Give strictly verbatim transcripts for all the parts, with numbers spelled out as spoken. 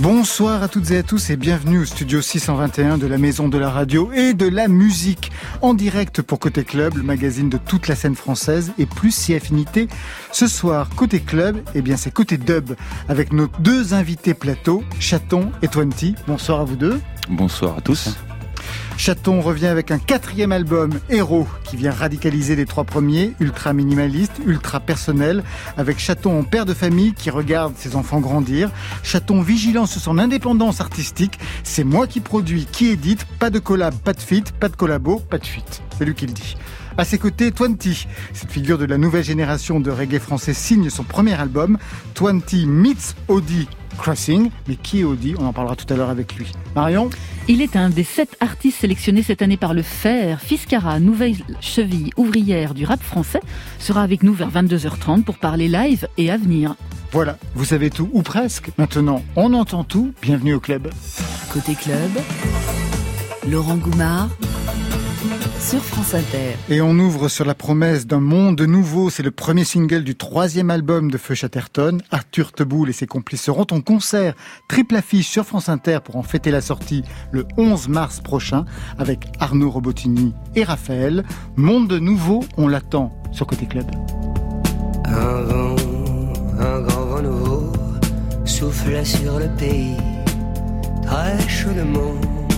Bonsoir à toutes et à tous et bienvenue au studio six cent vingt et un de la Maison de la Radio et de la Musique. En direct pour Côté Club, le magazine de toute la scène française et plus si affinité. Ce soir, Côté Club, eh bien c'est Côté Dub avec nos deux invités plateau, Chaton et Twenty. Bonsoir à vous deux. Bonsoir à tous. Chaton revient avec un quatrième album, Héros, qui vient radicaliser les trois premiers, ultra minimaliste, ultra personnel, avec Chaton en père de famille qui regarde ses enfants grandir, Chaton vigilant sur son indépendance artistique, c'est moi qui produis, qui édite, pas de collab, pas de feat, pas de collabo, pas de fuite. C'est lui qui le dit. À ses côtés, Twenty, cette figure de la nouvelle génération de reggae français, signe son premier album, Twenty meets Audi Crossing. Mais qui est Audi ? On en parlera tout à l'heure avec lui. Marion ? Il est un des sept artistes sélectionnés cette année par le F E R. Fiskara, nouvelle cheville ouvrière du rap français, sera avec nous vers vingt-deux heures trente pour parler live et avenir. Voilà, vous savez tout, ou presque. Maintenant, on entend tout. Bienvenue au club. Côté club, Laurent Goumard sur France Inter. Et on ouvre sur la promesse d'un monde nouveau. C'est le premier single du troisième album de Feu Chatterton. Arthur Teboul et ses complices seront en concert triple affiche sur France Inter pour en fêter la sortie le onze mars prochain avec Arnaud Robotini et Raphaël. Monde nouveau, on l'attend sur Côté Club. Un vent, un grand vent nouveau souffle sur le pays très chaudement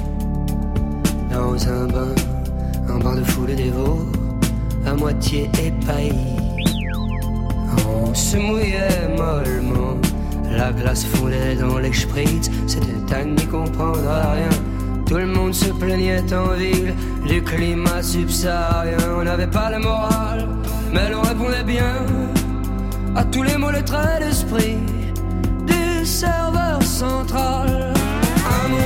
dans un bain. Un bain de foule dévot, à moitié épailli. On se mouillait mollement, la glace fondait dans les spritz. C'était à n'y comprendre à rien. Tout le monde se plaignait en ville du climat subsaharien. On n'avait pas le moral, mais l'on répondait bien à tous les mots, les traits d'esprit du serveur central. Un mot.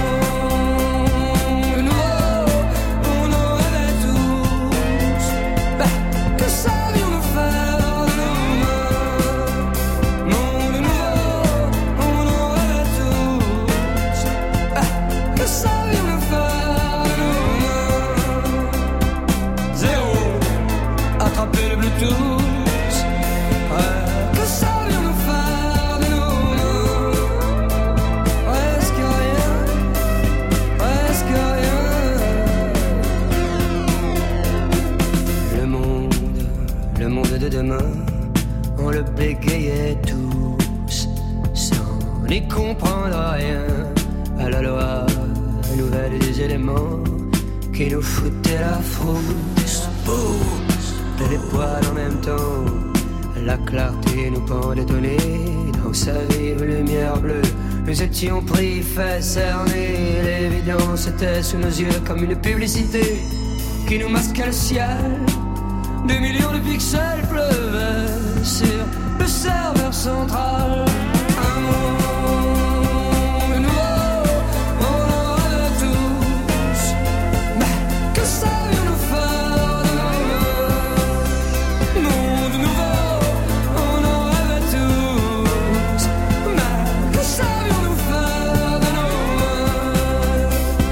On le bégayait tous sans n'y comprendre rien à la loi nouvelle des éléments qui nous foutaient la frousse. Pousse les poils en même temps, la clarté nous pendait au nez. Dans sa vive lumière bleue, nous étions pris, fait cerner. L'évidence était sous nos yeux comme une publicité qui nous masquait le ciel. Des millions de pixels pleuvaient sur le serveur central. Un monde nouveau, on en rêvait tous. Mais que savions-nous faire de nos mains? Monde nouveau, on en rêvait tous. Mais que savions-nous faire de nos mains?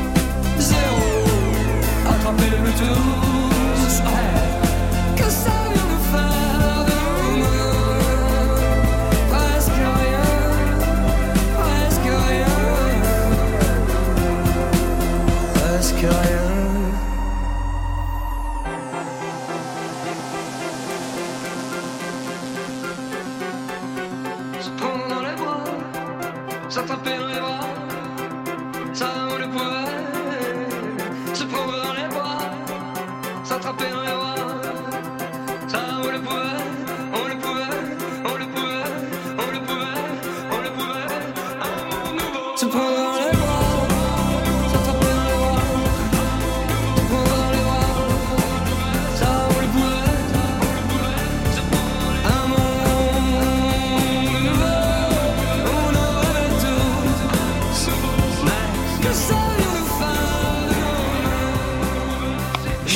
Zéro, attraper le Bluetooth.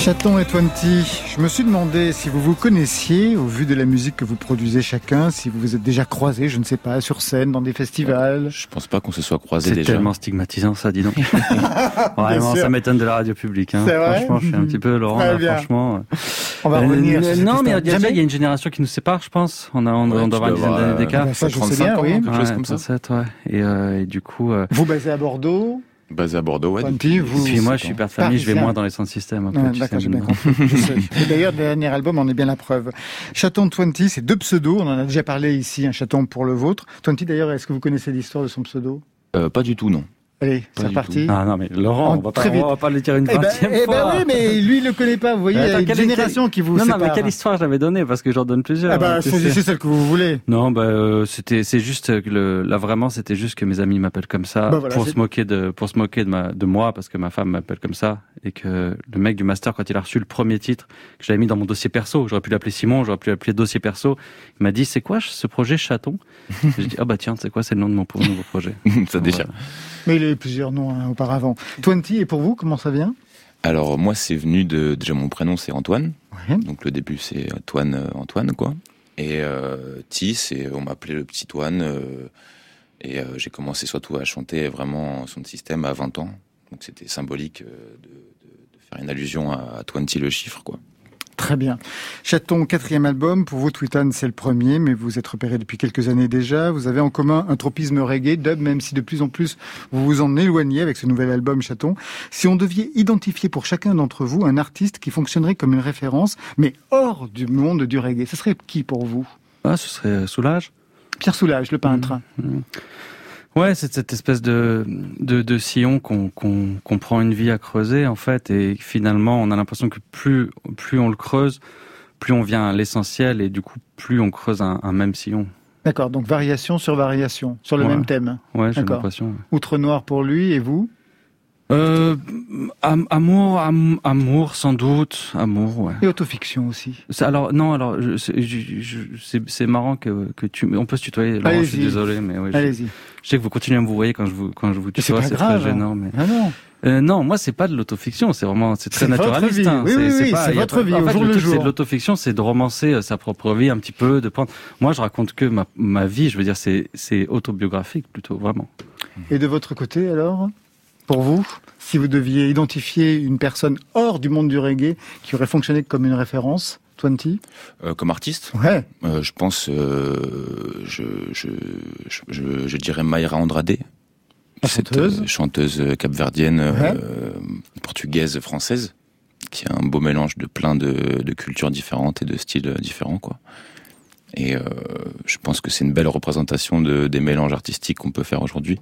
Chaton et Twenty, je me suis demandé si vous vous connaissiez, au vu de la musique que vous produisez chacun, si vous vous êtes déjà croisés, je ne sais pas, sur scène, dans des festivals. Je pense pas qu'on se soit croisés C'est déjà. tellement stigmatisant ça, dis donc. Vraiment, ça m'étonne de la radio publique. Hein. C'est vrai. Franchement, je suis un petit peu Laurent, là, franchement. On va revenir. Euh, non, mais il y, a, il y a une génération qui nous sépare, je pense. On, a, on, ouais, on doit avoir une dizaine d'années d'écart. Ben ça, je sais bien, oui. Quelque chose ouais, comme ça. trente-sept, ouais. Et, euh, et du coup... Euh... Vous basez à Bordeaux? Basé à Bordeaux, ouais. Twenty, vous... Et puis moi, je suis père de famille, je vais moins dans les centres systèmes. Ouais, d'accord, j'ai bien compris. Et d'ailleurs, le dernier album en est bien la preuve. Chaton Twenty, c'est deux pseudos. On en a déjà parlé ici, un chaton pour le vôtre. Twenty, d'ailleurs, est-ce que vous connaissez l'histoire de son pseudo? euh, Pas du tout, non. Allez, Pas c'est du reparti. tout. Ah non, mais Laurent, on va pas, on va pas le dire une Eh ben, vingtième eh ben fois. oui, mais lui, il le connaît pas. Vous voyez, il y a une quelle- génération quelle- qui vous Non, sépare. non, mais quelle histoire j'avais donnée? Parce que j'en donne plusieurs. Ah bah, hein, tu choisissez sais. celle que vous voulez. Non, bah, euh, c'était, c'est juste que le, là vraiment, c'était juste que mes amis m'appellent comme ça Bah voilà, pour c'est- se moquer de, pour se moquer de ma, de moi parce que ma femme m'appelle comme ça et que le mec du master, quand il a reçu le premier titre que j'avais mis dans mon dossier perso, j'aurais pu l'appeler Simon, j'aurais pu l'appeler dossier perso, il m'a dit c'est quoi ce projet Chaton? J'ai dit ah bah tiens, c'est quoi, c'est le nom de mon nouveau projet. Ça déchire. Voilà. Mais il y a eu plusieurs noms hein, auparavant. Twenty, et pour vous, comment ça vient? Alors, moi, c'est venu de... Déjà, mon prénom, c'est Antoine. Ouais. Donc, le début, c'est Antoine, euh, Antoine, quoi. Et euh, T, c'est... On m'appelait le petit Toine. Euh, et euh, j'ai commencé surtout à chanter vraiment son système à vingt ans. Donc, c'était symbolique euh, de, de, de faire une allusion à, à Twenty, le chiffre, quoi. Très bien. Chaton, quatrième album. Pour vous, Twitan, c'est le premier, mais vous êtes repéré depuis quelques années déjà. Vous avez en commun un tropisme reggae, dub, même si de plus en plus vous vous en éloignez avec ce nouvel album Chaton. Si on devait identifier pour chacun d'entre vous un artiste qui fonctionnerait comme une référence, mais hors du monde du reggae, ce serait qui pour vous? Ah, ce serait Soulage. Pierre Soulages, le peintre. Mmh. Ouais, c'est cette espèce de de, de sillon qu'on qu'on qu'on prend une vie à creuser en fait, et finalement on a l'impression que plus plus on le creuse, plus on vient à l'essentiel, et du coup plus on creuse un, un même sillon. D'accord, donc variation sur variation, sur le Ouais. même thème. Ouais, j'ai D'accord. l'impression. Ouais. Outre noir pour lui, et vous? Euh, am- amour, am- amour sans doute, amour, ouais. Et autofiction aussi. C'est- Alors non, alors je, c'est, je, je, c'est, c'est marrant que que tu, on peut se tutoyer. Laurent, je suis Allez-y. désolé, mais oui, je, Allez-y. je sais que vous continuez à me vous voyez quand je vous quand je vous Mais c'est tutoie, pas c'est, grave, très gênant, mais Ah non. euh, non, moi c'est pas de l'autofiction, c'est vraiment c'est très C'est votre naturaliste. vie. Hein. Oui, c'est, oui, c'est oui, pas, c'est y a votre pas- vie, en au fait, jour le le truc, jour. c'est de l'autofiction, c'est de romancer euh, sa propre vie un petit peu, de prendre. Moi, je raconte que ma ma vie, je veux dire, c'est c'est autobiographique plutôt, vraiment. Et de votre côté, alors, pour vous, si vous deviez identifier une personne hors du monde du reggae qui aurait fonctionné comme une référence, Twenty? Euh, comme artiste, Ouais. euh, je pense... Euh, je, je, je, je, je dirais Mayra Andrade. La Cette chanteuse. euh, chanteuse capverdienne, Ouais. euh, portugaise, française, qui a un beau mélange de plein de, de cultures différentes et de styles différents, quoi. Et euh, je pense que c'est une belle représentation de, des mélanges artistiques qu'on peut faire aujourd'hui.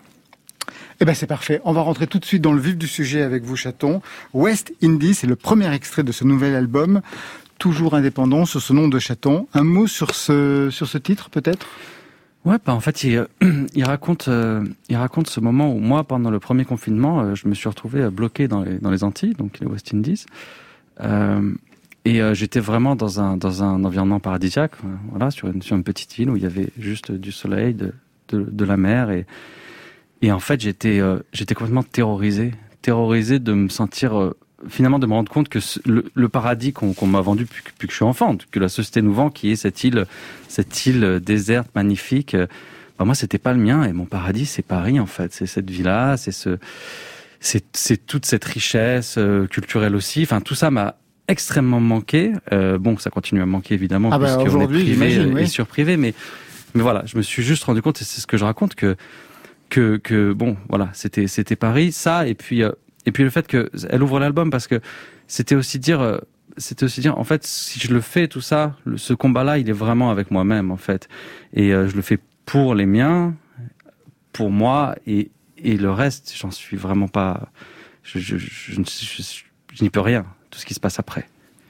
Eh ben c'est parfait. On va rentrer tout de suite dans le vif du sujet avec vous, Chaton. West Indies, c'est le premier extrait de ce nouvel album, toujours indépendant, sur ce nom de Chaton. Un mot sur ce sur ce titre, peut-être? Ouais, bah en fait, il, il raconte, euh, il raconte ce moment où moi, pendant le premier confinement, euh, je me suis retrouvé euh, bloqué dans les dans les Antilles, donc les West Indies, euh, et euh, j'étais vraiment dans un dans un environnement paradisiaque, euh, voilà, sur une sur une petite île où il y avait juste du soleil, de de, de la mer, et et en fait, j'étais euh, j'étais complètement terrorisé, terrorisé de me sentir euh, finalement de me rendre compte que ce, le, le paradis qu'on, qu'on m'a vendu depuis, depuis que je suis enfant, que la société nous vend, qui est cette île, cette île déserte magnifique, euh, bah moi c'était pas le mien, et mon paradis c'est Paris en fait, c'est cette villa, c'est ce, c'est, c'est toute cette richesse euh, culturelle aussi. Enfin tout ça m'a extrêmement manqué. Euh, bon, ça continue à me manquer évidemment Ah bah, puisqu'on est aujourd'hui, privé j'imagine, euh, oui. et surprivé, mais mais voilà, je me suis juste rendu compte, et c'est ce que je raconte, que que que bon voilà, c'était c'était Paris, ça, et puis euh, et puis le fait que elle ouvre l'album, parce que c'était aussi dire euh, c'était aussi dire en fait, si je le fais tout ça, le, ce combat-là, il est vraiment avec moi-même en fait, et euh, je le fais pour les miens, pour moi, et et le reste, j'en suis vraiment pas, je je je, je, je, je, je n'y peux rien, tout ce qui se passe après.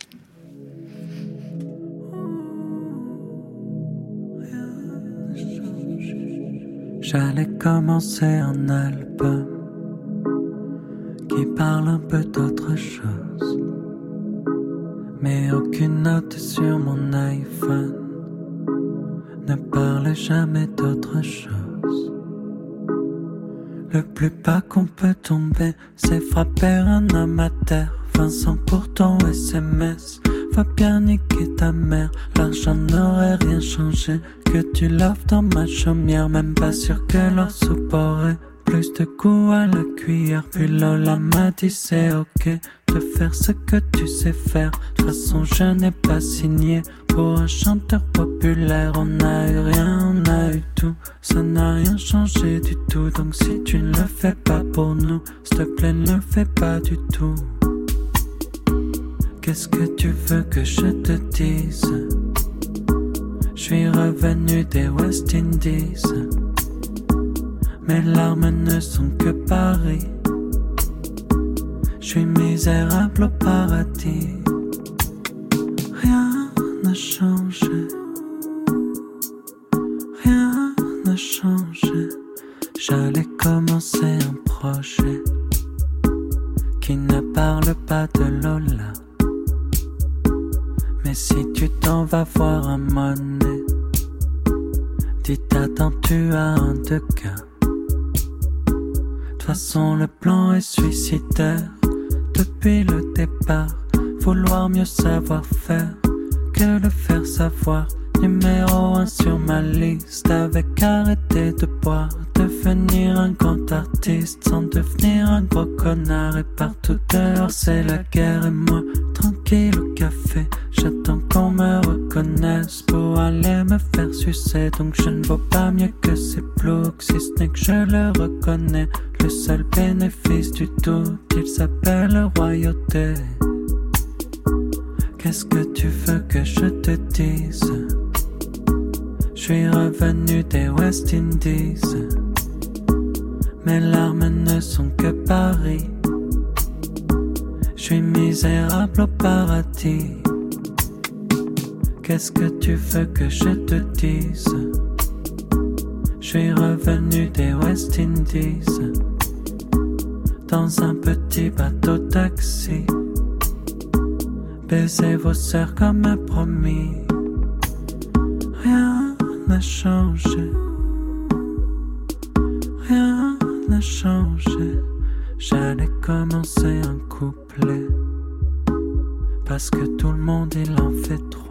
J'allais commencer un album qui parle un peu d'autre chose, mais aucune note sur mon iPhone ne parle jamais d'autre chose. Le plus bas qu'on peut tomber, c'est frapper un homme à terre Vincent pour ton S M S. Va bien niquer ta mère, l'argent n'aurait rien changé. Que tu laves dans ma chaumière, même pas sûr que leur soupe aurait plus de goût à la cuillère. Puis Lola m'a dit c'est ok de faire ce que tu sais faire. De toute façon je n'ai pas signé pour un chanteur populaire. On a eu rien, on a eu tout, ça n'a rien changé du tout. Donc si tu ne le fais pas pour nous, s'il te plaît ne le fais pas du tout. Qu'est-ce que tu veux que je te dise? Je suis revenu des West Indies. Mes larmes ne sont que Paris. Je suis misérable au paradis. Rien n'a changé. Rien n'a changé. J'allais commencer un projet qui ne parle pas de Lola. Mais si tu t'en vas voir un monnaie, dis t'attends-tu à un de cas. De toute façon le plan est suicidaire. Depuis le départ, vouloir mieux savoir faire que le faire savoir. Numéro un sur ma liste, avec arrêter de boire, devenir un grand artiste sans devenir un gros connard. Et partout dehors c'est la guerre et moi tranquille au café, j'attends qu'on me reconnaisse pour aller me faire sucer. Donc je ne vaux pas mieux que ces ploucs, si ce n'est que je le reconnais. Le seul bénéfice du tout, il s'appelle royauté. Qu'est-ce que tu veux que je te dise? Je suis revenu des West Indies. Mes larmes ne sont que Paris. Je suis misérable au paradis. Qu'est-ce que tu veux que je te dise? Je suis revenu des West Indies. Dans un petit bateau taxi. Baisez vos sœurs comme promis. Rien n'a changé. Rien n'a changé. J'allais commencer un couplet parce que tout le monde il en fait trois.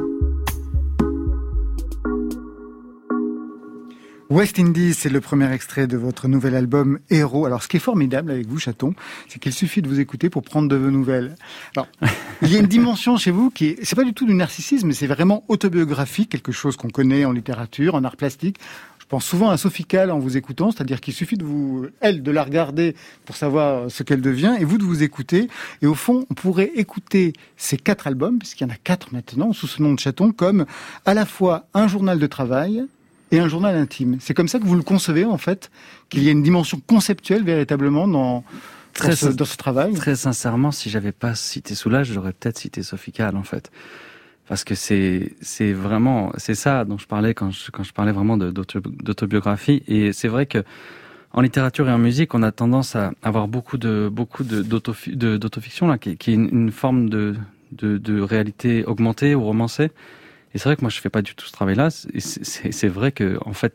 West Indies, c'est le premier extrait de votre nouvel album Héros. Alors, ce qui est formidable avec vous, Chaton, c'est qu'il suffit de vous écouter pour prendre de vos nouvelles. Alors, il y a une dimension chez vous qui est, c'est pas du tout du narcissisme, mais c'est vraiment autobiographique, quelque chose qu'on connaît en littérature, en art plastique. Je pense souvent à Sophie Calle en vous écoutant, c'est-à-dire qu'il suffit de vous, elle, de la regarder pour savoir ce qu'elle devient, et vous de vous écouter. Et au fond, on pourrait écouter ces quatre albums, puisqu'il y en a quatre maintenant, sous ce nom de Chaton, comme à la fois un journal de travail et un journal intime. C'est comme ça que vous le concevez, en fait, qu'il y a une dimension conceptuelle véritablement dans, très dans, ce, dans ce travail. Très sincèrement, si j'avais pas cité Soulage, j'aurais peut-être cité Sophie Calle, en fait. Parce que c'est, c'est vraiment, c'est ça dont je parlais quand je, quand je parlais vraiment de, d'autobiographie. Et c'est vrai que, en littérature et en musique, on a tendance à avoir beaucoup de, beaucoup de, d'auto, de, d'autofiction, là, qui, qui est une, une forme de, de, de réalité augmentée ou romancée. Et c'est vrai que moi je fais pas du tout ce travail-là. C'est, c'est, c'est vrai que en fait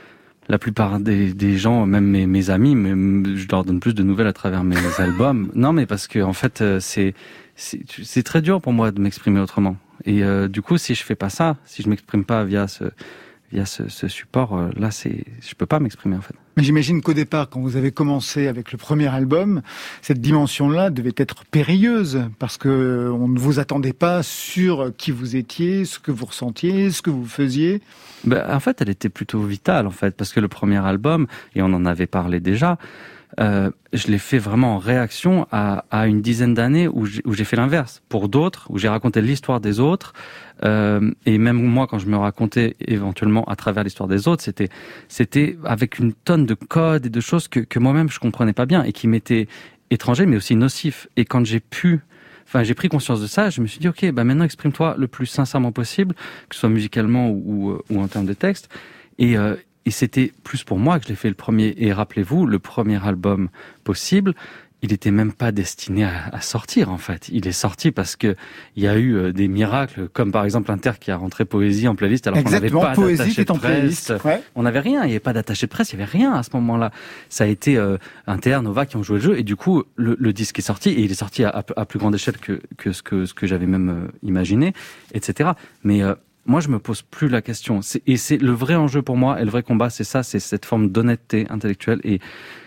la plupart des, des gens, même mes, mes amis, même, je leur donne plus de nouvelles à travers mes albums. Non, mais parce que en fait c'est, c'est c'est très dur pour moi de m'exprimer autrement. Et euh, du coup, si je fais pas ça, si je m'exprime pas via ce via ce, ce support, euh, là c'est je peux pas m'exprimer en fait. Mais j'imagine qu'au départ, quand vous avez commencé avec le premier album, cette dimension-là devait être périlleuse, parce que on ne vous attendait pas sur qui vous étiez, ce que vous ressentiez, ce que vous faisiez. Ben, en fait, elle était plutôt vitale, en fait, parce que le premier album, et on en avait parlé déjà, euh, je l'ai fait vraiment en réaction à, à une dizaine d'années où j'ai, où j'ai fait l'inverse. Pour d'autres, où j'ai raconté l'histoire des autres, euh, et même moi, quand je me racontais éventuellement à travers l'histoire des autres, c'était, c'était avec une tonne de codes et de choses que, que moi-même je comprenais pas bien et qui m'étaient étrangers, mais aussi nocifs. Et quand j'ai pu, enfin, j'ai pris conscience de ça, je me suis dit, ok, bah maintenant exprime-toi le plus sincèrement possible, que ce soit musicalement ou, ou, ou en termes de texte. Et, euh, et c'était plus pour moi que je l'ai fait le premier. Et rappelez-vous, le premier album possible, il était même pas destiné à, à sortir, en fait. Il est sorti parce que il y a eu euh, des miracles, comme par exemple Inter qui a rentré Poésie en playlist alors Exactement, qu'on n'avait pas Poésie d'attaché de en presse. playlist, ouais. On n'avait rien, il n'y avait pas d'attaché de presse, il n'y avait rien à ce moment-là. Ça a été euh, Inter, Nova qui ont joué le jeu, et du coup, le, le disque est sorti, et il est sorti à, à, à plus grande échelle que, que ce que, ce que j'avais même euh, imaginé, et cetera. Mais euh, moi, je me pose plus la question. C'est, et c'est le vrai enjeu pour moi, et le vrai combat, c'est ça, c'est cette forme d'honnêteté intellectuelle. Et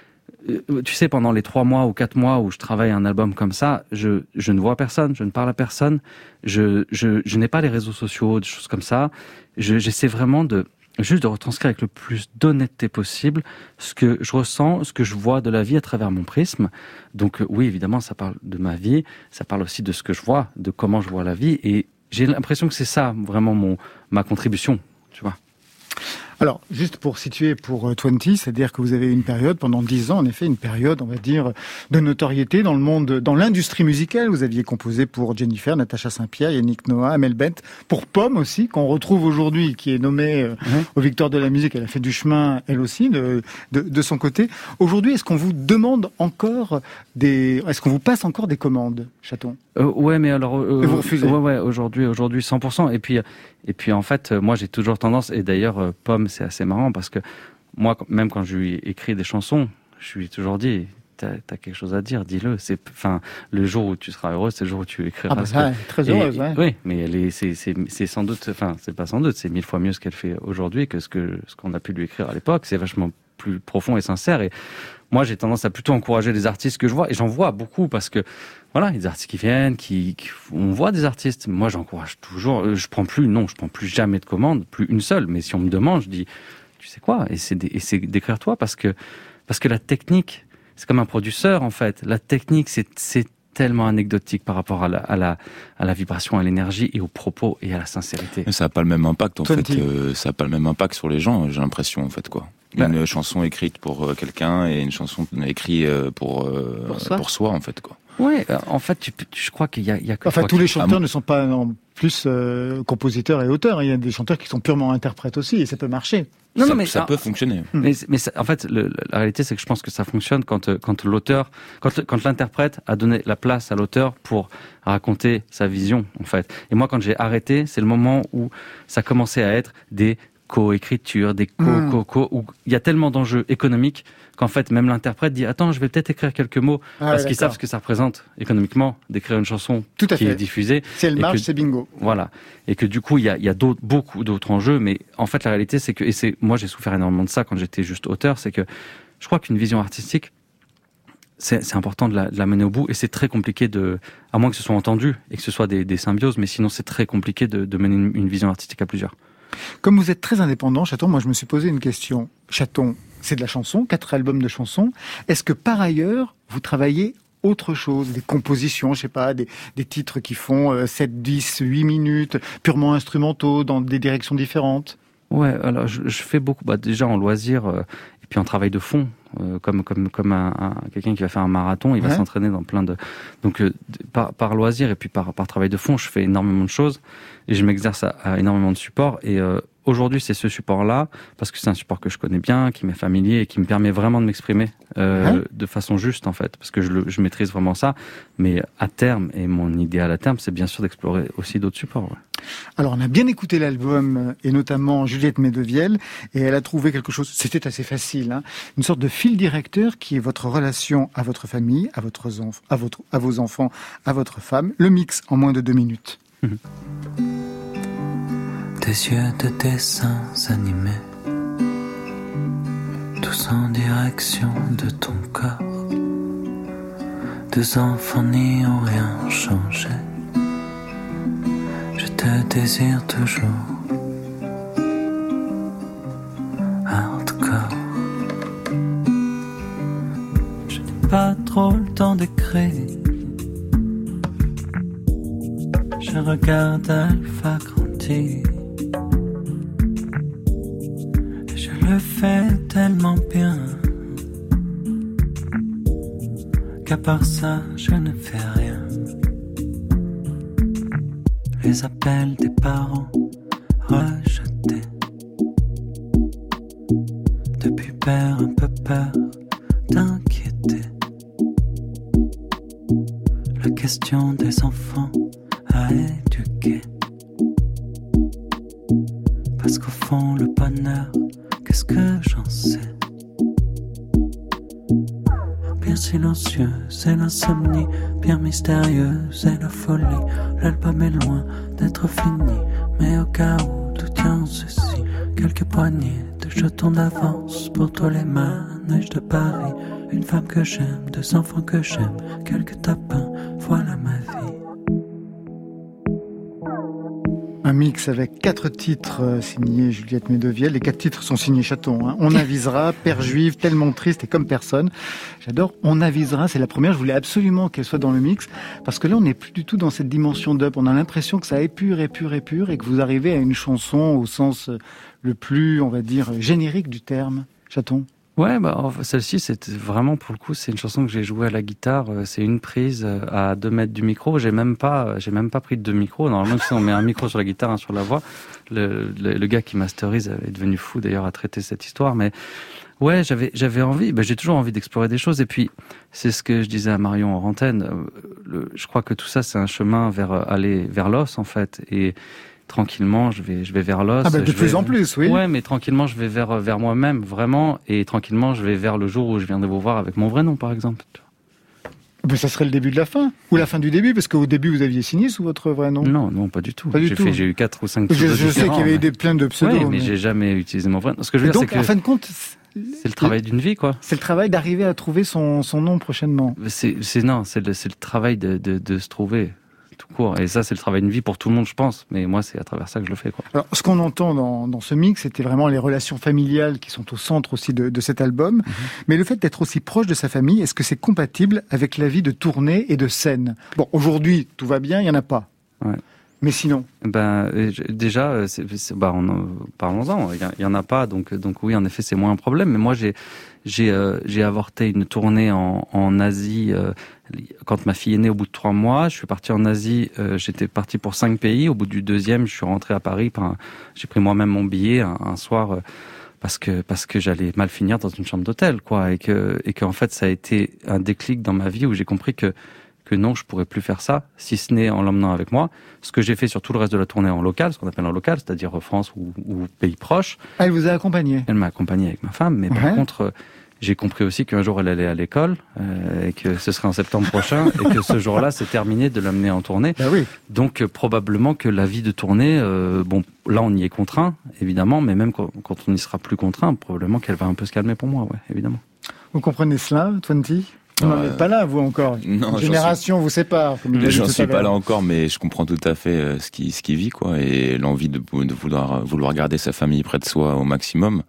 tu sais, pendant les trois mois ou quatre mois où je travaille un album comme ça, je, je ne vois personne, je ne parle à personne, je, je, je n'ai pas les réseaux sociaux, des choses comme ça. Je, j'essaie vraiment de, juste de retranscrire avec le plus d'honnêteté possible ce que je ressens, ce que je vois de la vie à travers mon prisme. Donc oui, évidemment, ça parle de ma vie, ça parle aussi de ce que je vois, de comment je vois la vie, et j'ai l'impression que c'est ça, vraiment, mon, ma contribution, tu vois. Alors, juste pour situer pour vingt, c'est-à-dire que vous avez une période, pendant dix ans, en effet, une période, on va dire, de notoriété dans le monde, dans l'industrie musicale. Vous aviez composé pour Jennifer, Natacha Saint-Pierre, Yannick Noah, Amel Bent, pour Pomme aussi, qu'on retrouve aujourd'hui, qui est nommée euh, mmh. aux Victoires de la musique. Elle a fait du chemin, elle aussi, de, de, de son côté. Aujourd'hui, est-ce qu'on vous demande encore des, est-ce qu'on vous passe encore des commandes, Chaton? Euh, ouais, mais alors, euh, et vous refusez? Ouais, ouais, aujourd'hui, aujourd'hui, cent pour cent. Et puis, et puis, en fait, moi, j'ai toujours tendance, et d'ailleurs, euh, Pomme, c'est assez marrant parce que moi, même quand je lui écris des chansons, je lui ai toujours dit, t'as, t'as quelque chose à dire, dis-le. C'est, enfin, le jour où tu seras heureuse, c'est le jour où tu écriras. Ah bah ça, que... très heureuse, et, ouais. Oui, mais elle est, c'est, c'est, c'est sans doute, enfin, c'est pas sans doute, c'est mille fois mieux ce qu'elle fait aujourd'hui que ce que, ce qu'on a pu lui écrire à l'époque. C'est vachement plus profond et sincère. Et moi, j'ai tendance à plutôt encourager les artistes que je vois, et j'en vois beaucoup parce que, voilà, il y a des artistes qui viennent, qui, qui, on voit des artistes. Moi, j'encourage toujours. Je prends plus, non, je prends plus jamais de commandes, plus une seule. Mais si on me demande, je dis, tu sais quoi, essaie, essaie d'écrire toi, parce que, parce que la technique, c'est comme un producteur, en fait. La technique, c'est, c'est tellement anecdotique par rapport à la, à la, à la vibration, à l'énergie et aux propos et à la sincérité. Mais ça n'a pas le même impact, en Toi, fait. Euh, ça n'a pas le même impact sur les gens, j'ai l'impression, en fait, quoi. Une bah. chanson écrite pour euh, quelqu'un et une chanson écrite euh, pour, euh, pour, soi. pour soi, en fait, quoi. Ouais, en fait, tu, tu, je crois qu'il y a, il y a que enfin, tous qui... les chanteurs ah, ne sont pas non plus euh, compositeurs et auteurs. Il y a des chanteurs qui sont purement interprètes aussi, et ça peut marcher. Non, ça, non, mais ça, ça peut fonctionner. Mais, mais ça, en fait, le, la réalité, c'est que je pense que ça fonctionne quand, quand l'auteur, quand, quand l'interprète a donné la place à l'auteur pour raconter sa vision, en fait. Et moi, quand j'ai arrêté, c'est le moment où ça commençait à être des co-écriture, des co-co-co, où il y a tellement d'enjeux économiques qu'en fait, même l'interprète dit « Attends, je vais peut-être écrire quelques mots ah, » parce ouais, qu'ils savent ce que ça représente économiquement d'écrire une chanson Tout à qui fait. est diffusée. Si elle marche, que, c'est bingo. Voilà. Et que du coup, il y a, il y a d'autres, beaucoup d'autres enjeux, mais en fait, la réalité, c'est que, et c'est, moi, j'ai souffert énormément de ça quand j'étais juste auteur, c'est que je crois qu'une vision artistique, c'est, c'est important de la, de la mener au bout, et c'est très compliqué de, à moins que ce soit entendu et que ce soit des, des symbioses, mais sinon, c'est très compliqué de, de mener une, une vision artistique à plusieurs. Comme vous êtes très indépendant, Chaton, moi je me suis posé une question. Chaton, c'est de la chanson, quatre albums de chansons. Est-ce que par ailleurs, vous travaillez autre chose, des compositions, je sais pas, des, des titres qui font euh, sept, dix, huit minutes, purement instrumentaux, dans des directions différentes? Ouais, alors je, je fais beaucoup, bah, déjà en loisir, euh, et puis en travail de fond, euh, comme comme comme un, un quelqu'un qui va faire un marathon, il ouais. va s'entraîner dans plein de, donc euh, par par loisir et puis par par travail de fond, je fais énormément de choses et je m'exerce à, à énormément de supports. Et euh, aujourd'hui, c'est ce support-là parce que c'est un support que je connais bien, qui m'est familier et qui me permet vraiment de m'exprimer euh, ouais. de façon juste en fait, parce que je le, je maîtrise vraiment ça. Mais à terme, et mon idéal à terme, c'est bien sûr d'explorer aussi d'autres supports. Ouais. Alors, on a bien écouté l'album, et notamment Juliette Medevielle, et elle a trouvé quelque chose, c'était assez facile, hein, une sorte de fil directeur qui est votre relation à votre famille, à, votre enf- à, votre, à vos enfants, à votre femme, le mix en moins de deux minutes. Mmh. Des yeux de dessins animés, tous en direction de ton corps. Deux enfants n'y ont rien changé. Je te désire toujours hardcore. Je n'ai pas trop le temps d'écrire. Je regarde Alpha grandir. Et je le fais tellement bien qu'à part ça, je ne fais rien. Les appels des parents rejetés. Depuis père un peu peur d'inquiéter. la question des enfants à éduquer. Parce qu'au fond, le bonheur, qu'est-ce que j'en sais? Bien silencieuse est l'insomnie, bien mystérieuse est la folie. L'album est loin d'être fini, mais au cas où tout tient en ceci, quelques poignées de jetons d'avance pour toi les manèges de Paris. Une femme que j'aime, deux enfants que j'aime, quelques tapins, voilà ma vie. Un mix avec quatre titres euh, signés Juliette Medevielle. Les quatre titres sont signés Chaton. Hein. On avisera, Père Juive, Tellement triste et Comme personne. J'adore On avisera, c'est la première. Je voulais absolument qu'elle soit dans le mix parce que là, on n'est plus du tout dans cette dimension d'up. On a l'impression que ça épure, épure, épure et que vous arrivez à une chanson au sens le plus, on va dire, générique du terme. Chaton. Ouais, bah, celle-ci, c'est vraiment, pour le coup, c'est une chanson que j'ai jouée à la guitare. C'est une prise à deux mètres du micro. J'ai même pas, j'ai même pas pris de deux micros. Normalement, tu sais, on met un micro sur la guitare, un sur la voix. Le, le, le gars qui masterise est devenu fou, d'ailleurs, à traiter cette histoire. Mais ouais, j'avais, j'avais envie, bah, j'ai toujours envie d'explorer des choses. Et puis, c'est ce que je disais à Marion en antenne. Le, je crois que tout ça, c'est un chemin vers aller vers l'os, en fait. Et tranquillement, je vais, je vais vers l'os. Ah bah de je plus vais, en plus, oui. Ouais, mais tranquillement, je vais vers, vers moi-même, vraiment. Et tranquillement, je vais vers le jour où je viendrai vous voir avec mon vrai nom, par exemple. Mais ça serait le début de la fin. Ou la fin du début, parce qu'au début, vous aviez signé sous votre vrai nom. Non, non, pas du tout. Pas du j'ai, tout. Fait, j'ai eu quatre ou cinq Je, pseudos je sais qu'il y avait mais... des, plein de pseudos. Oui, mais, mais j'ai jamais utilisé mon vrai nom. Ce que je veux et dire, donc, c'est que en fin de compte, c'est le travail d'une vie, quoi. C'est le travail d'arriver à trouver son, son nom prochainement. C'est, c'est non, c'est le, c'est le travail de, de, de se trouver. Tout court. Et ça, c'est le travail d'une vie pour tout le monde, je pense. Mais moi, c'est à travers ça que je le fais, quoi. Alors, ce qu'on entend dans, dans ce mix, c'était vraiment les relations familiales qui sont au centre aussi de, de cet album. Mm-hmm. Mais le fait d'être aussi proche de sa famille, est-ce que c'est compatible avec la vie de tournée et de scène? Bon, aujourd'hui, tout va bien, il n'y en a pas. Ouais. Mais sinon? Ben, déjà, c'est, c'est, bah, on, parlons-en. Il y, y en a pas, donc, donc oui, en effet, c'est moins un problème. Mais moi, j'ai, j'ai, euh, j'ai avorté une tournée en, en Asie euh, quand ma fille est née au bout de trois mois. Je suis parti en Asie. Euh, j'étais parti pour cinq pays. Au bout du deuxième, je suis rentré à Paris. Par un, j'ai pris moi-même mon billet un, un soir. Euh, parce que parce que j'allais mal finir dans une chambre d'hôtel, quoi, et que et qu'en fait, ça a été un déclic dans ma vie où j'ai compris que que non, je pourrais plus faire ça, si ce n'est en l'emmenant avec moi. Ce que j'ai fait sur tout le reste de la tournée en local, ce qu'on appelle en local, c'est-à-dire France ou, ou pays proches. Elle vous a accompagné? Elle m'a accompagné avec ma femme, mais ouais. Par contre, j'ai compris aussi qu'un jour elle allait à l'école, euh, et que ce serait en septembre prochain, et que ce jour-là, c'est terminé de l'amener en tournée. Bah oui. Donc, euh, probablement que la vie de tournée, euh, bon, là, on y est contraint, évidemment, mais même quand, quand on n'y sera plus contraint, probablement qu'elle va un peu se calmer pour moi, ouais, évidemment. Vous comprenez cela, Twenty? Vous n'en êtes pas là, vous, encore. Non, génération vous sépare. Comme il a dit j'en tout suis à l'heure. pas là encore, mais je comprends tout à fait euh, ce qui ce qui vit, quoi, et l'envie de, de vouloir vouloir garder sa famille près de soi au maximum.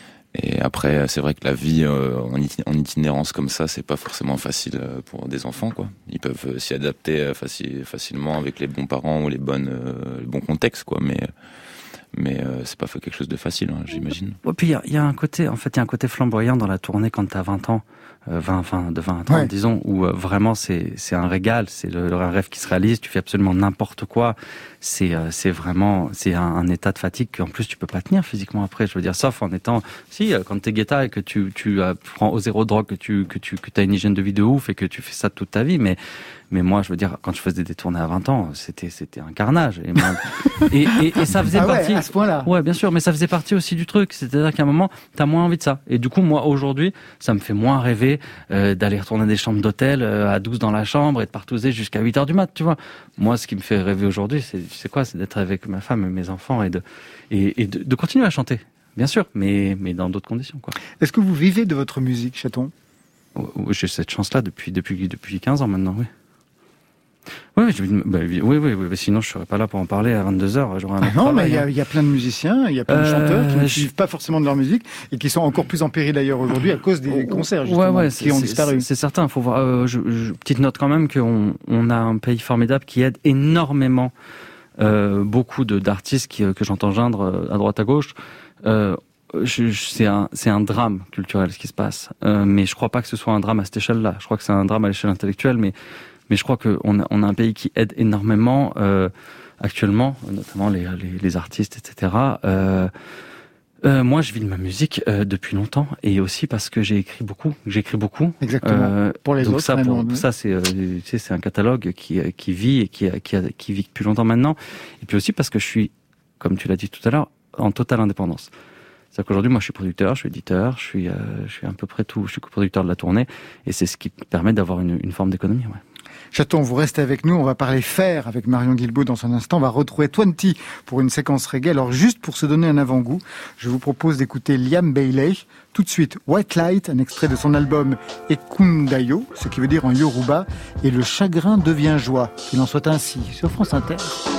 Et après, c'est vrai que la vie euh, en, iti- en itinérance comme ça, c'est pas forcément facile euh, pour des enfants, quoi. Ils peuvent euh, s'y adapter euh, faci- facilement avec les bons parents ou les bonnes euh, le bon contexte, quoi. Mais mais euh, c'est pas fait quelque chose de facile, hein, j'imagine. Et puis il y, y a un côté, en fait, il y a un côté flamboyant dans la tournée quand t'as vingt ans. Euh, vingt, vingt, de vingt ans, ouais. Disons, où euh, vraiment c'est c'est un régal, c'est le, le rêve qui se réalise. Tu fais absolument n'importe quoi. C'est euh, c'est vraiment c'est un, un état de fatigue qu'en plus tu peux pas tenir physiquement après. Je veux dire, sauf en étant si euh, quand t'es guetta et que tu tu euh, prends au zéro drogue, que tu que tu que t'as une hygiène de vie de ouf et que tu fais ça toute ta vie. Mais mais moi, je veux dire, quand je faisais des tournées à vingt ans, c'était c'était un carnage. Et, moi, et, et, et ça faisait ah ouais, partie. À ce point-là. Ouais, bien sûr, mais ça faisait partie aussi du truc. C'est-à-dire qu'à un moment, t'as moins envie de ça. Et du coup, moi aujourd'hui, ça me fait moins rêver Euh, d'aller retourner des chambres d'hôtel euh, à douze dans la chambre et de partouzer jusqu'à huit heures du mat, tu vois. Moi, ce qui me fait rêver aujourd'hui, c'est, c'est quoi? C'est d'être avec ma femme et mes enfants et de, et, et de, de continuer à chanter, bien sûr, mais, mais dans d'autres conditions, quoi. Est-ce que vous vivez de votre musique, Chaton? J'ai cette chance-là depuis, depuis, depuis quinze ans maintenant, oui. Oui, je, bah, oui, oui, oui, oui, sinon je serais pas là pour en parler à vingt-deux heures. J'aurais un ah autre non, travail, mais il y, hein. y a plein de musiciens, il y a plein de euh, chanteurs qui ne je... vivent pas forcément de leur musique et qui sont encore plus en péril d'ailleurs aujourd'hui à cause des concerts justement, ouais, ouais, qui ont disparu. C'est, c'est certain. Faut voir. Euh, je, je, petite note quand même qu'on on a un pays formidable qui aide énormément euh, beaucoup de, d'artistes qui, que j'entends geindre à droite à gauche. Euh, Je, je, c'est un, c'est un drame culturel ce qui se passe, euh, mais je crois pas que ce soit un drame à cette échelle-là. Je crois que c'est un drame à l'échelle intellectuelle, mais mais je crois qu'on a, on a un pays qui aide énormément euh, actuellement, notamment les, les, les artistes, et cetera. Euh, Euh, moi, je vis de ma musique euh, depuis longtemps et aussi parce que j'ai écrit beaucoup. J'écris beaucoup. Exactement. Euh, pour les donc autres, ça, pour, oui. ça, c'est, euh, tu sais, c'est un catalogue qui qui vit et qui qui, a, qui vit depuis longtemps maintenant. Et puis aussi parce que je suis, comme tu l'as dit tout à l'heure, en totale indépendance. C'est-à-dire qu'aujourd'hui, moi, je suis producteur, je suis éditeur, je suis, euh, je suis à peu près tout. Je suis coproducteur de la tournée et c'est ce qui permet d'avoir une, une forme d'économie. Ouais. Chaton, vous restez avec nous, on va parler faire avec Marion Guilbault dans un instant, on va retrouver Twenty pour une séquence reggae. Alors juste pour se donner un avant-goût, je vous propose d'écouter Liam Bailey. Tout de suite, White Light, un extrait de son album Ekundayo, ce qui veut dire en Yoruba, et le chagrin devient joie. Qu'il en soit ainsi sur France Inter.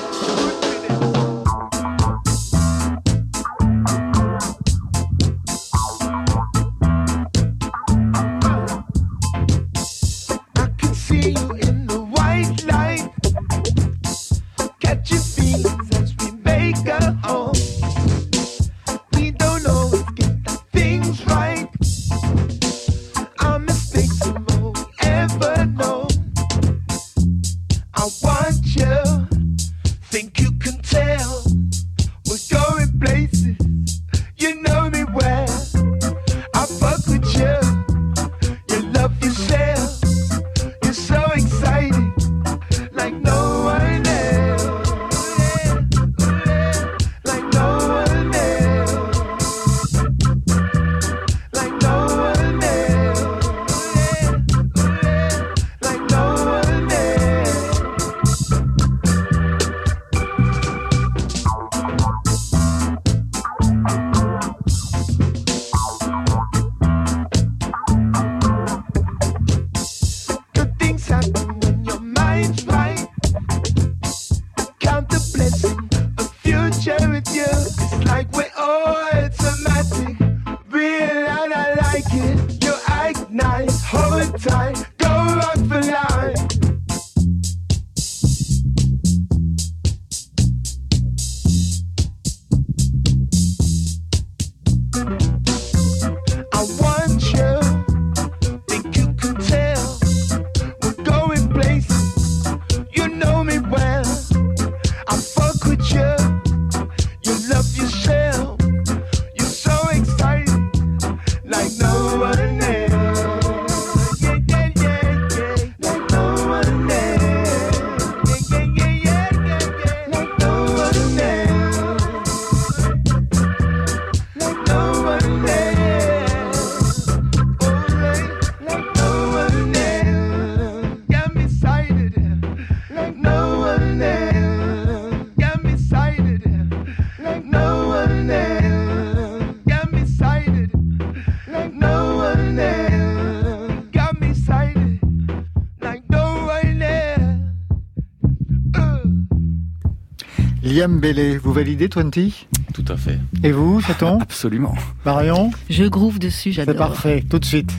Liam Bailey, vous validez Twenty ? Tout à fait. Et vous, Chaton ? Absolument. Marion ? Je groove dessus, j'adore. C'est parfait, tout de suite.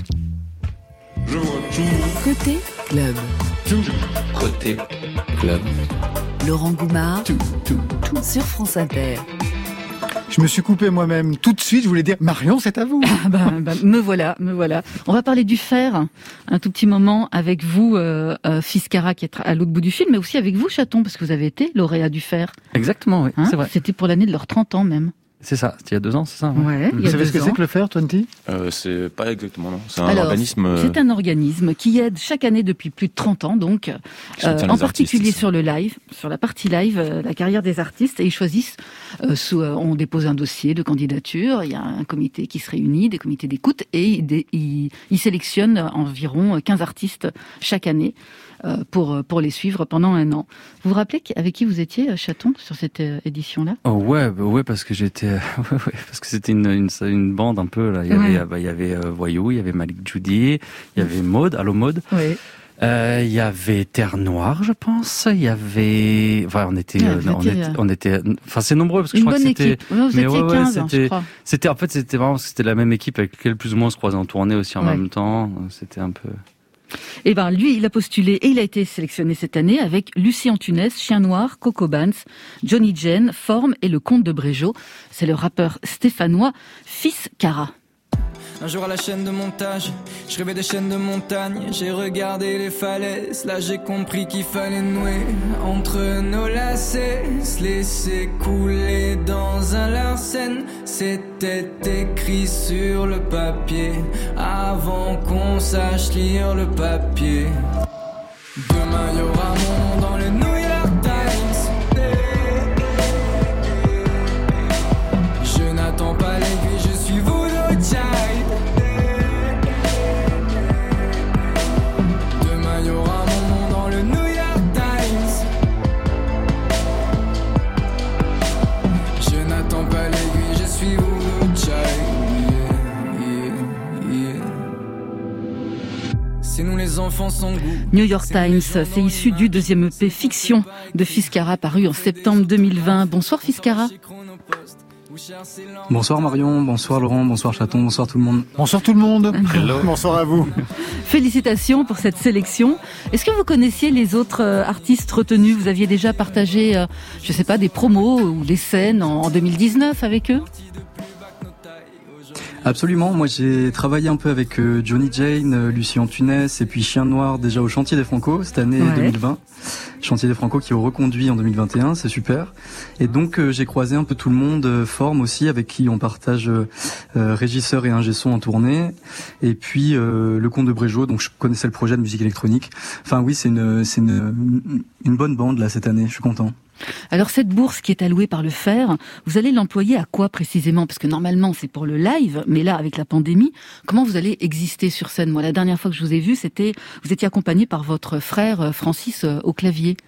Côté club. Côté club. Laurent Goumard sur France Inter. Je me suis coupé moi-même. Tout de suite, je voulais dire, Marion, c'est à vous. Ah bah, bah, me voilà, me voilà. On va parler du fer un tout petit moment avec vous, euh, euh, Fiskara, qui est à l'autre bout du fil, mais aussi avec vous, Chaton, parce que vous avez été lauréat du fer. Exactement, oui, Hein c'est vrai. C'était pour l'année de leurs trente ans même. C'est ça, c'était il y a deux ans, c'est ça? Ouais, il y Vous a savez ce que deux c'est ans. que le fer, Twenty ? euh, C'est pas exactement, non. C'est un Alors, organisme... C'est un organisme qui aide chaque année depuis plus de trente ans, donc, Qui soutient en les particulier artistes. sur le live, sur la partie live, euh, la carrière des artistes, et ils choisissent, euh, sous, euh, on dépose un dossier de candidature, il y a un comité qui se réunit, des comités d'écoute, et ils, des- ils, ils sélectionnent environ quinze artistes chaque année euh, pour, pour les suivre pendant un an. Vous vous rappelez avec qui vous étiez, Chaton, sur cette euh, édition-là ? Oh ouais, bah ouais, parce que j'étais, ouais, ouais, parce que c'était une, une, une bande un peu là. Il y avait, Ouais. bah, il y avait euh, Voyou, il y avait Malik Judy, il y avait Maud, Allo Maud. Oui. Euh, il y avait Terre Noire, je pense. Il y avait, enfin, on était, Ouais, euh, vous on étiez, était, euh, on était, enfin, c'est nombreux parce que Une je crois bonne que c'était, équipe. Ouais, vous mais étiez ouais, ouais, quinze, hein, je c'était- crois. c'était, en fait, c'était vraiment, parce que c'était la même équipe avec laquelle plus ou moins on se croisait en tournée aussi en Ouais. même temps. C'était un peu. Eh ben, lui, il a postulé et il a été sélectionné cette année avec Lucie Antunes, Chien Noir, Coco Bans, Johnny Jen, Forme et le Comte de Brégeot. C'est le rappeur stéphanois Fiskara. Un jour à la chaîne de montage, je rêvais des chaînes de montagne. J'ai regardé les falaises, là j'ai compris qu'il fallait nouer entre nos lacets, se laisser couler dans un larcène. C'était écrit sur le papier avant qu'on sache lire le papier. Demain y aura mon nom dans le New York Times. Je n'attends pas l'aiguille, je suis Voodoo Child. Demain y aura mon nom dans le New York Times. Je n'attends pas l'aiguille, je suis Voodoo Child. C'est nous les enfants sans goût. New York Times, c'est issu du deuxième E P Fiction de Fiskara, paru en septembre deux mille vingt. Bonsoir Fiskara. Bonsoir Marion, bonsoir Laurent, bonsoir Chaton, bonsoir tout le monde. Bonsoir tout le monde. Hello. Bonsoir à vous. Félicitations pour cette sélection. Est-ce que vous connaissiez les autres artistes retenus? Vous aviez déjà partagé, euh, je sais pas, des promos ou des scènes en deux mille dix-neuf avec eux? Absolument, moi j'ai travaillé un peu avec euh, Johnny Jane, euh, Lucie Antunes et puis Chien Noir déjà au Chantier des Franco cette année ouais. deux mille vingt. Chantier des Franco qui est reconduit en deux mille vingt et un, c'est super. Et donc euh, j'ai croisé un peu tout le monde, euh, Forme aussi avec qui on partage euh, euh, régisseur et ingé son en tournée. Et puis euh, le Comte de Brégeot, donc je connaissais le projet de musique électronique. Enfin oui, c'est une c'est une une bonne bande là cette année, je suis content. Alors cette bourse qui est allouée par le F E R, vous allez l'employer à quoi précisément? Parce que normalement c'est pour le live, mais là avec la pandémie, comment vous allez exister sur scène? Moi la dernière fois que je vous ai vu, c'était vous étiez accompagné par votre frère Francis au clavier.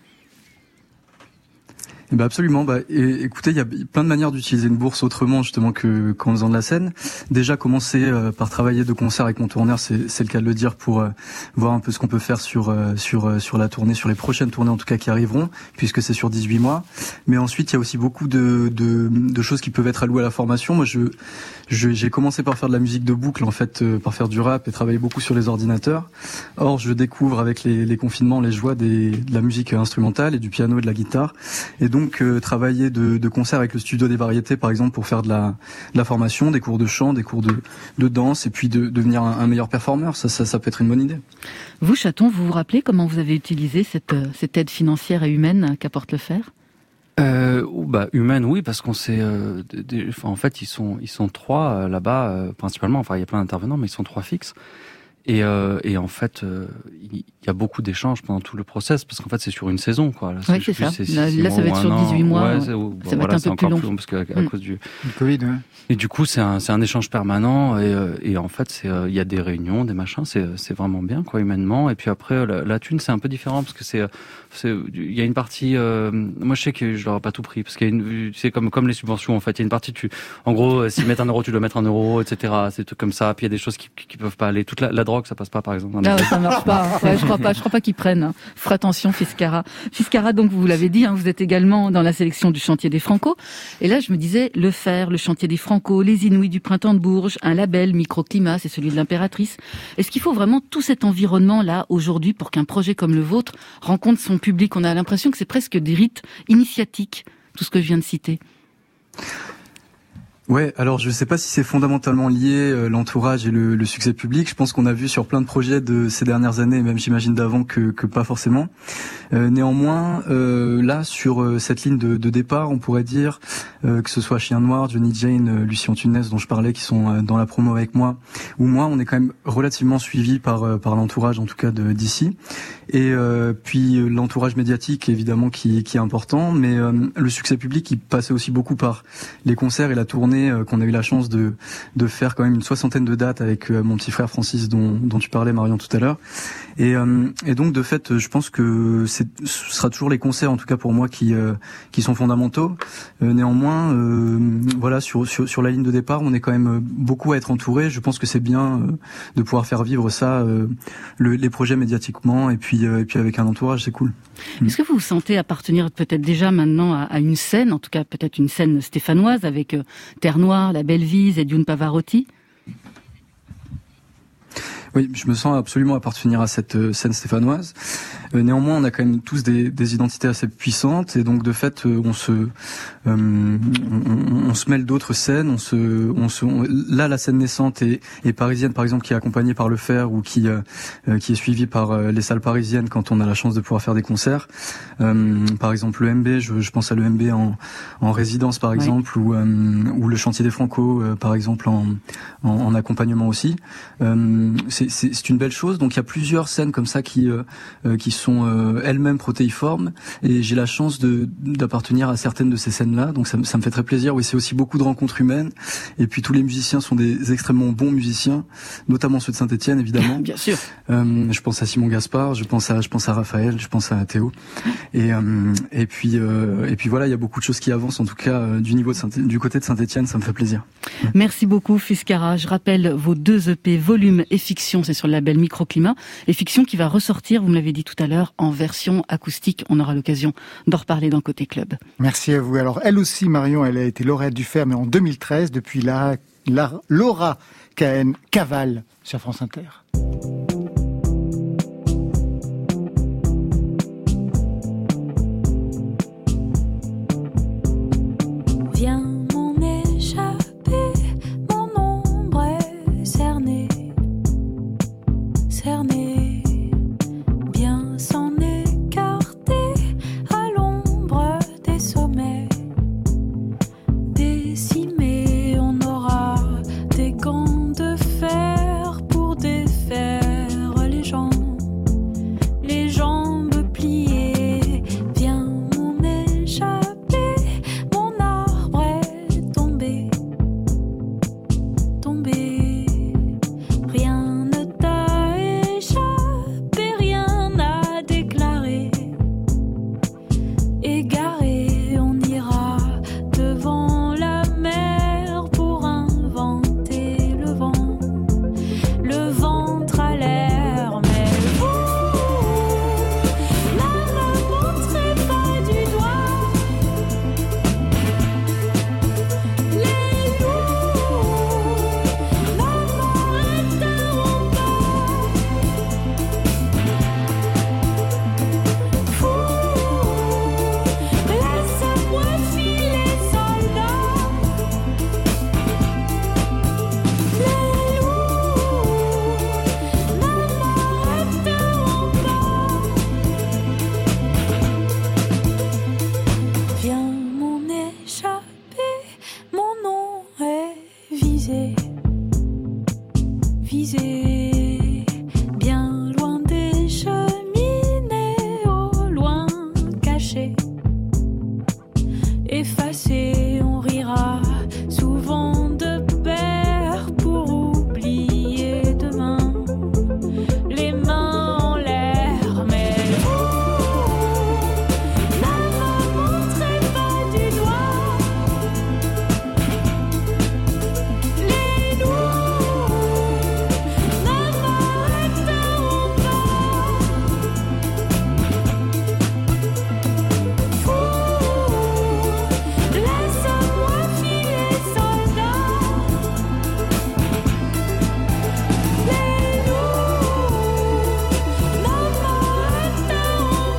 Eh ben absolument. Bah, et, écoutez, il y a plein de manières d'utiliser une bourse autrement justement que qu'en faisant de la scène. Déjà commencer euh, par travailler de concert avec mon tourneur, c'est, c'est le cas de le dire, pour euh, voir un peu ce qu'on peut faire sur euh, sur euh, sur la tournée, sur les prochaines tournées en tout cas qui arriveront, puisque c'est sur dix-huit mois. Mais ensuite, il y a aussi beaucoup de de, de choses qui peuvent être allouées à la formation. Moi, je, je j'ai commencé par faire de la musique de boucle en fait, euh, par faire du rap et travailler beaucoup sur les ordinateurs. Or, je découvre avec les, les confinements les joies des, de la musique instrumentale et du piano et de la guitare. Et donc Donc euh, travailler de, de concert avec le Studio des Variétés par exemple pour faire de la, de la formation, des cours de chant, des cours de, de danse et puis de, de devenir un, un meilleur performeur, ça, ça, ça peut être une bonne idée. Vous Chaton, vous vous rappelez comment vous avez utilisé cette, cette aide financière et humaine qu'apporte le F E R? Euh, bah humaine oui parce qu'on s'est euh, en fait ils sont ils sont trois euh, là-bas euh, principalement, enfin il y a plein d'intervenants mais ils sont trois fixes. Et, euh, et en fait, euh, il y a beaucoup d'échanges pendant tout le process, parce qu'en fait, c'est sur une saison, quoi. Là, oui, c'est ça. C'est là, là ça va être sur dix-huit mois. Ouais, bon, ça va voilà, être un peu plus long. Plus long parce qu'à à mm. cause du, du Covid, ouais. Et du coup, c'est un, c'est un échange permanent, et, et en fait, c'est, il y a des réunions, des machins, c'est, c'est vraiment bien, quoi, humainement. Et puis après, la, la thune, c'est un peu différent, parce que c'est, c'est, il y a une partie, euh, moi, je sais que je leur ai pas tout pris, parce qu'il y a une, c'est comme, comme les subventions, en fait. Il y a une partie, tu, en gros, s'ils mettent un euro, tu dois mettre un euro, et cetera. C'est tout comme ça. Puis il y a des choses qui, qui peuvent pas aller. Toute la, la drogue, ça passe pas, par exemple. Ah ouais, ça marche pas. Ouais, je crois pas. Je crois pas qu'ils prennent. Hein. Faites attention, Fiskara. Fiskara, donc vous l'avez dit, hein, vous êtes également dans la sélection du Chantier des Franco. Et là, je me disais, le F E R, le Chantier des Franco, les Inouïs du Printemps de Bourges, un label, Microclimat, c'est celui de l'Impératrice. Est-ce qu'il faut vraiment tout cet environnement-là aujourd'hui pour qu'un projet comme le vôtre rencontre son public? On a l'impression que c'est presque des rites initiatiques, tout ce que je viens de citer. Ouais, alors je sais pas si c'est fondamentalement lié euh, l'entourage et le, le succès public. Je pense qu'on a vu sur plein de projets de ces dernières années, même j'imagine d'avant que, que pas forcément. Euh, néanmoins, euh, là sur euh, cette ligne de, de départ, on pourrait dire euh, que ce soit Chien Noir, Johnny Jane, euh, Lucie Antunes dont je parlais, qui sont euh, dans la promo avec moi, ou moi, on est quand même relativement suivi par euh, par l'entourage en tout cas de d'ici. Et euh, puis euh, l'entourage médiatique évidemment qui qui est important, mais euh, le succès public il passait aussi beaucoup par les concerts et la tournée qu'on a eu la chance de de faire quand même une soixantaine de dates avec mon petit frère Francis dont dont tu parlais Marion tout à l'heure. Et euh, et donc de fait, je pense que c'est ce sera toujours les concerts en tout cas pour moi qui euh, qui sont fondamentaux. Euh, néanmoins euh, voilà sur sur sur la ligne de départ, on est quand même beaucoup à être entouré. Je pense que c'est bien euh, de pouvoir faire vivre ça euh, le, les projets médiatiquement et puis euh, et puis avec un entourage, c'est cool. Est-ce que vous vous sentez appartenir peut-être déjà maintenant à, à une scène, en tout cas peut-être une scène stéphanoise avec euh, Terre Noire, La Belle Vise et Dune Pavarotti? Oui, je me sens absolument appartenir à cette euh, scène stéphanoise. Euh, néanmoins, on a quand même tous des, des identités assez puissantes, et donc de fait, euh, on se, euh, on, on, on se mêle d'autres scènes. On se, on se, on, là, la scène naissante est, est parisienne, par exemple, qui est accompagnée par le Fer ou qui, euh, qui est suivie par euh, les salles parisiennes quand on a la chance de pouvoir faire des concerts. Euh, par exemple, le M B, je, je pense à le M B en, en résidence, par exemple, oui. ou, euh, ou le Chantier des Franco, euh, par exemple, en, en, en accompagnement aussi. Euh, c'est, c'est, c'est une belle chose. Donc il y a plusieurs scènes comme ça qui euh, qui sont euh, elles-mêmes protéiformes, et j'ai la chance de d'appartenir à certaines de ces scènes-là. Donc ça, ça me fait très plaisir. Oui, c'est aussi beaucoup de rencontres humaines. Et puis tous les musiciens sont des extrêmement bons musiciens, notamment ceux de Saint-Étienne, évidemment. Bien sûr. Euh, je pense à Simon Gaspard, je pense à je pense à Raphaël, je pense à Théo. Et euh, et puis euh, et puis voilà, il y a beaucoup de choses qui avancent. En tout cas, euh, du niveau de Saint- du côté de Saint-Étienne, ça me fait plaisir. Merci beaucoup, Fuscara. Je rappelle vos deux E P, Volume et Fiction, c'est sur le label Microclimat. Et Fiction qui va ressortir, vous me l'avez dit tout à l'heure, en version acoustique. On aura l'occasion d'en reparler dans Côté Club. Merci à vous. Alors, elle aussi, Marion, elle a été lauréate du Fer, mais en deux mille treize, depuis la, la Laura Cahen cavale sur France Inter. Viens m'en échapper, mon ombre est cernée, cernée, bien s'en écarter à l'ombre des sommets, décimés, on aura des gants de fer pour défaire les gens, les jambes pliées, viens m'en échapper, mon arbre est tombé, tombé, rien ne t'a échappé, rien n'a déclaré, égaré, on ira devant la mer pour inventer le vent, le ventre à l'air, mais vous, là, ne montrez pas du doigt les loups, maman n'arrêteront pas. Fou, laisse-moi filer, soldat. Les loups, maman n'arrêteront pas. Viens m'en échapper, mon nom est visé, visé, bien loin des cheminées, au loin caché, effacé, on rira souvent de pair pour oublier demain, les mains en l'air, mais vous, ne me montrez pas du doigt les loups, ne m'arrêteront pas. Fou, laisse-moi filer, soldat. Les loups, ne m'arrêteront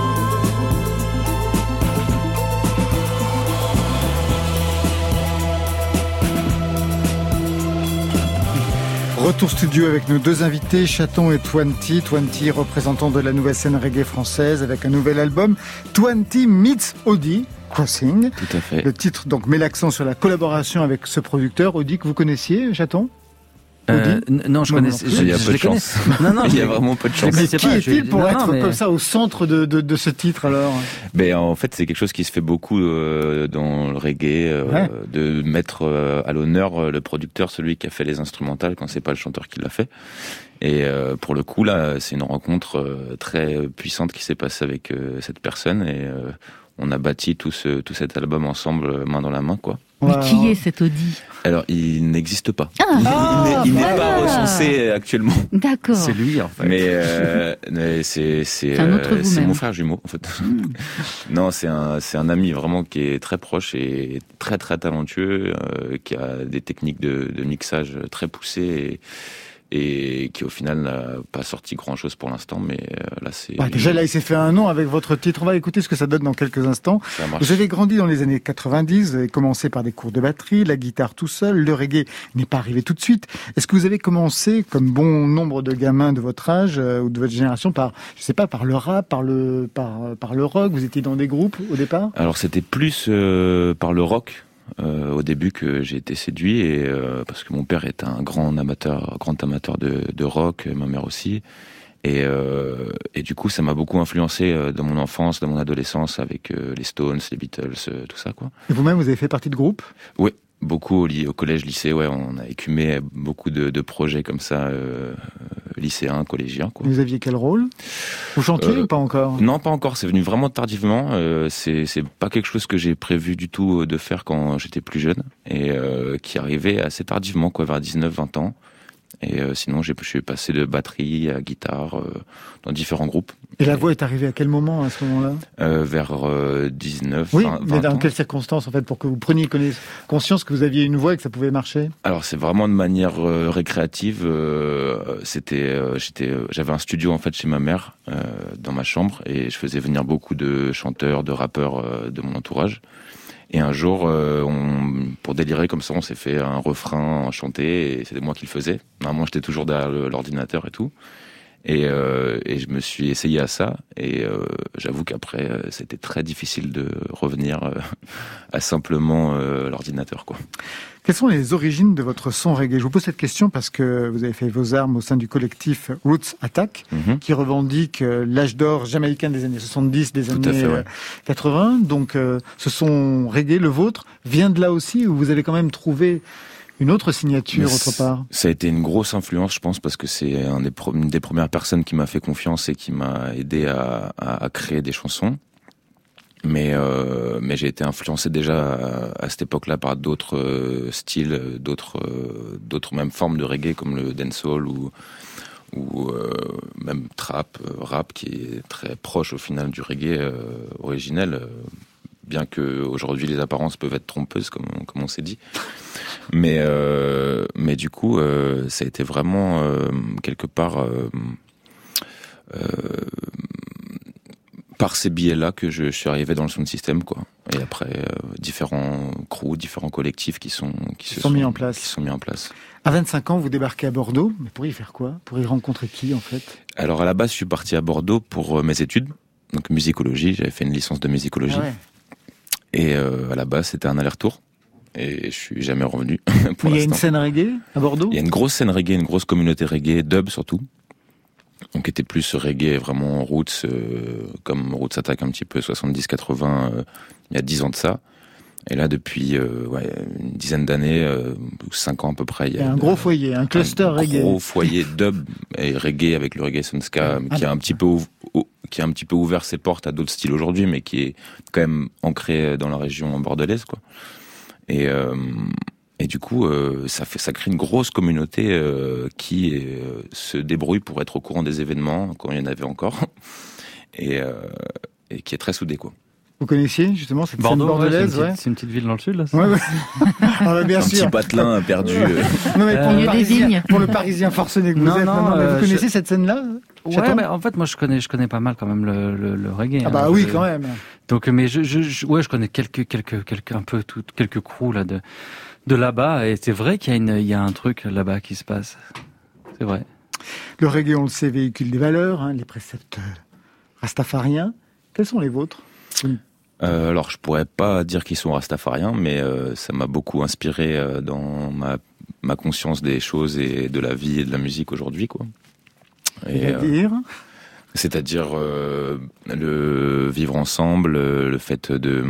Retour studio avec nos deux invités, Chaton et Twenty. Twenty, représentant de la nouvelle scène reggae française, avec un nouvel album, Twenty Meets Audi Crossing. Tout à fait. Le titre donc met l'accent sur la collaboration avec ce producteur, Audi, que vous connaissiez, Chaton? Euh, n- non, je Moi connais. non plus. je- Il y a je peu les de chance. connais. Non, non, Il y je a les- vraiment peu de je les chance. Mais connaissais qui pas, est-il je- pour non, être non, mais- comme ça au centre de, de, de ce titre alors? Ben, en fait, c'est quelque chose qui se fait beaucoup euh, dans le reggae, euh, Ouais. de mettre euh, à l'honneur euh, le producteur, celui qui a fait les instrumentales, quand c'est pas le chanteur qui l'a fait. Et euh, pour le coup, là, c'est une rencontre euh, très puissante qui s'est passée avec euh, cette personne, et euh, on a bâti tout ce tout cet album ensemble, euh, main dans la main, quoi. Mais Ouais, qui ouais. est cet Audi? Alors, il n'existe pas. Ah, il Ah, il n'est, il n'est pas voilà. recensé actuellement. D'accord. C'est lui, en fait. Mais, euh, mais c'est c'est C'est un autre euh, vous-même. c'est mon frère jumeau en fait. Mm. Non, c'est un c'est un ami vraiment qui est très proche et très très talentueux, euh, qui a des techniques de, de mixage très poussées et qui au final n'a pas sorti grand chose pour l'instant, mais euh, là c'est... Bah, déjà là il s'est fait un nom avec votre titre, on va écouter ce que ça donne dans quelques instants. Ça marche. Vous avez grandi dans les années quatre-vingt-dix, vous avez commencé par des cours de batterie, la guitare tout seul, le reggae n'est pas arrivé tout de suite. Est-ce que vous avez commencé, comme bon nombre de gamins de votre âge euh, ou de votre génération, par, je sais pas, par le rap, par le, par, par le rock, vous étiez dans des groupes au départ? Alors c'était plus euh, par le rock euh, au début que j'ai été séduit, et euh, parce que mon père est un grand amateur, grand amateur de, de rock, ma mère aussi, et, euh, et du coup ça m'a beaucoup influencé euh, dans mon enfance, dans mon adolescence, avec euh, les Stones, les Beatles, euh, tout ça quoi. Et vous-même vous avez fait partie de groupes? Oui, beaucoup au, li- au collège, lycée, ouais, on a écumé beaucoup de, de projets comme ça, euh, lycéens, collégiens quoi. Vous aviez quel rôle? Vous chantiez Euh, ou pas encore? Non, pas encore. C'est venu vraiment tardivement. Euh, c'est c'est pas quelque chose que j'ai prévu du tout de faire quand j'étais plus jeune, et euh, qui arrivait assez tardivement, quoi, vers dix-neuf vingt ans. Et euh, sinon, j'ai je suis passé de batterie à guitare euh, dans différents groupes. Et la voix est arrivée à quel moment, à ce moment-là? Euh, vers euh, dix-neuf, Oui, vingt, mais vingt dans ans. quelles circonstances, en fait, pour que vous preniez conna- conscience que vous aviez une voix et que ça pouvait marcher? Alors c'est vraiment de manière euh, récréative. Euh, c'était, euh, j'étais, euh, j'avais un studio en fait chez ma mère euh, dans ma chambre, et je faisais venir beaucoup de chanteurs, de rappeurs euh, de mon entourage. Et un jour, euh, on, pour délirer comme ça, on s'est fait un refrain chanté, et c'était moi qui le faisais. Normalement, j'étais toujours derrière le- l'ordinateur et tout. Et, euh, et je me suis essayé à ça, et euh, j'avoue qu'après, euh, c'était très difficile de revenir euh, à simplement euh, l'ordinateur, quoi. Quelles sont les origines de votre son reggae? Je vous pose cette question parce que vous avez fait vos armes au sein du collectif Roots Attack, Mm-hmm. qui revendique euh, l'âge d'or jamaïcain des années soixante-dix, des Tout à années fait, ouais. euh, quatre-vingts. Donc euh, ce son reggae, le vôtre, vient de là aussi, ou vous avez quand même trouvé une autre signature Mais autre part? Ça a été une grosse influence, je pense, parce que c'est un des pro- une des premières personnes qui m'a fait confiance et qui m'a aidé à, à, à créer des chansons. Mais euh, mais j'ai été influencé déjà à, à cette époque-là par d'autres euh, styles, d'autres euh, d'autres même formes de reggae comme le dancehall ou ou euh, même trap, euh, rap, qui est très proche au final du reggae euh, originel, euh, bien que aujourd'hui les apparences peuvent être trompeuses, comme comme on s'est dit. Mais euh, mais du coup, euh, ça a été vraiment euh, quelque part euh, euh, par ces biais-là que je, je suis arrivé dans le sound system, quoi. Et après, euh, différents crews, différents collectifs qui sont qui se sont mis en place. qui sont mis en place. À vingt-cinq ans, vous débarquez à Bordeaux. Mais pour y faire quoi? Pour y rencontrer qui, en fait? Alors à la base, je suis parti à Bordeaux pour euh, mes études, donc musicologie. J'avais fait une licence de musicologie. Ah ouais. Et euh, à la base, c'était un aller-retour. Et je suis jamais revenu. Pour Mais il y a une l'instant. scène reggae à Bordeaux? Il y a une grosse scène reggae, une grosse communauté reggae, dub surtout. Donc était plus reggae vraiment roots, euh, comme Roots Attack un petit peu soixante-dix quatre-vingts, euh, il y a dix ans de ça. Et là depuis euh, ouais, une dizaine d'années, euh, cinq ans à peu près, il y a, Il y a un une- gros foyer, un cluster un reggae. gros foyer dub et reggae avec le reggae Sunska, Ah qui a un petit peu ouv- ou- qui a un petit peu ouvert ses portes à d'autres styles aujourd'hui, mais qui est quand même ancré dans la région bordelaise, quoi. Et euh, et du coup, euh, ça fait, ça crée une grosse communauté euh, qui euh, se débrouille pour être au courant des événements quand il y en avait encore, et, euh, et qui est très soudée, quoi. Vous connaissiez justement cette Bordeaux, scène ouais, c'est une, bordelaise? petite, Ouais, c'est une petite ville dans le sud, là. ça ouais, ouais. Ah bah, bien Un sûr. petit patelin perdu. euh. Non mais pour, Euh, le Milieu des Parisien, vignes. pour le Parisien forcené que vous Non, êtes non, maintenant, mais euh, vous connaissez je- cette scène-là? Ouais, Chaton mais en fait, moi, je connais, je connais pas mal quand même le, le, le reggae. Ah bah hein. oui, Je- quand même. Donc, mais je, je, je- ouais, je connais quelques, quelques, quelques, un peu tout, quelques crews là de, de là-bas, et c'est vrai qu'il y a une, il y a un truc là-bas qui se passe. C'est vrai. Le reggae, on le sait, véhicule des valeurs, hein, les préceptes euh, rastafariens. Quels sont les vôtres? Euh, alors, je pourrais pas dire qu'ils sont rastafariens, mais euh, ça m'a beaucoup inspiré euh, dans ma, ma conscience des choses et de la vie et de la musique aujourd'hui, quoi. Et, euh, C'est-à-dire c'est-à-dire euh, le vivre ensemble, euh, le fait de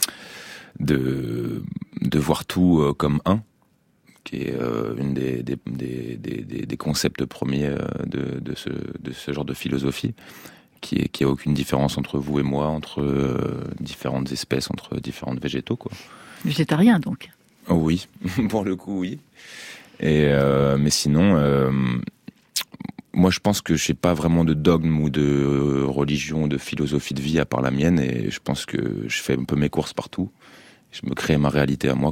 de de voir tout euh, comme un, qui est euh, une des des, des des des des concepts premiers euh, de de ce de ce genre de philosophie, qui est qui a aucune différence entre vous et moi, entre euh, différentes espèces, entre différentes végétaux, quoi. Végétarien, donc. Oh oui, pour le coup, oui. Et euh, mais sinon, euh, moi, je pense que je n'ai pas vraiment de dogme ou de euh, religion, de philosophie de vie à part la mienne, et je pense que je fais un peu mes courses partout. Je me crée ma réalité à moi, quoi.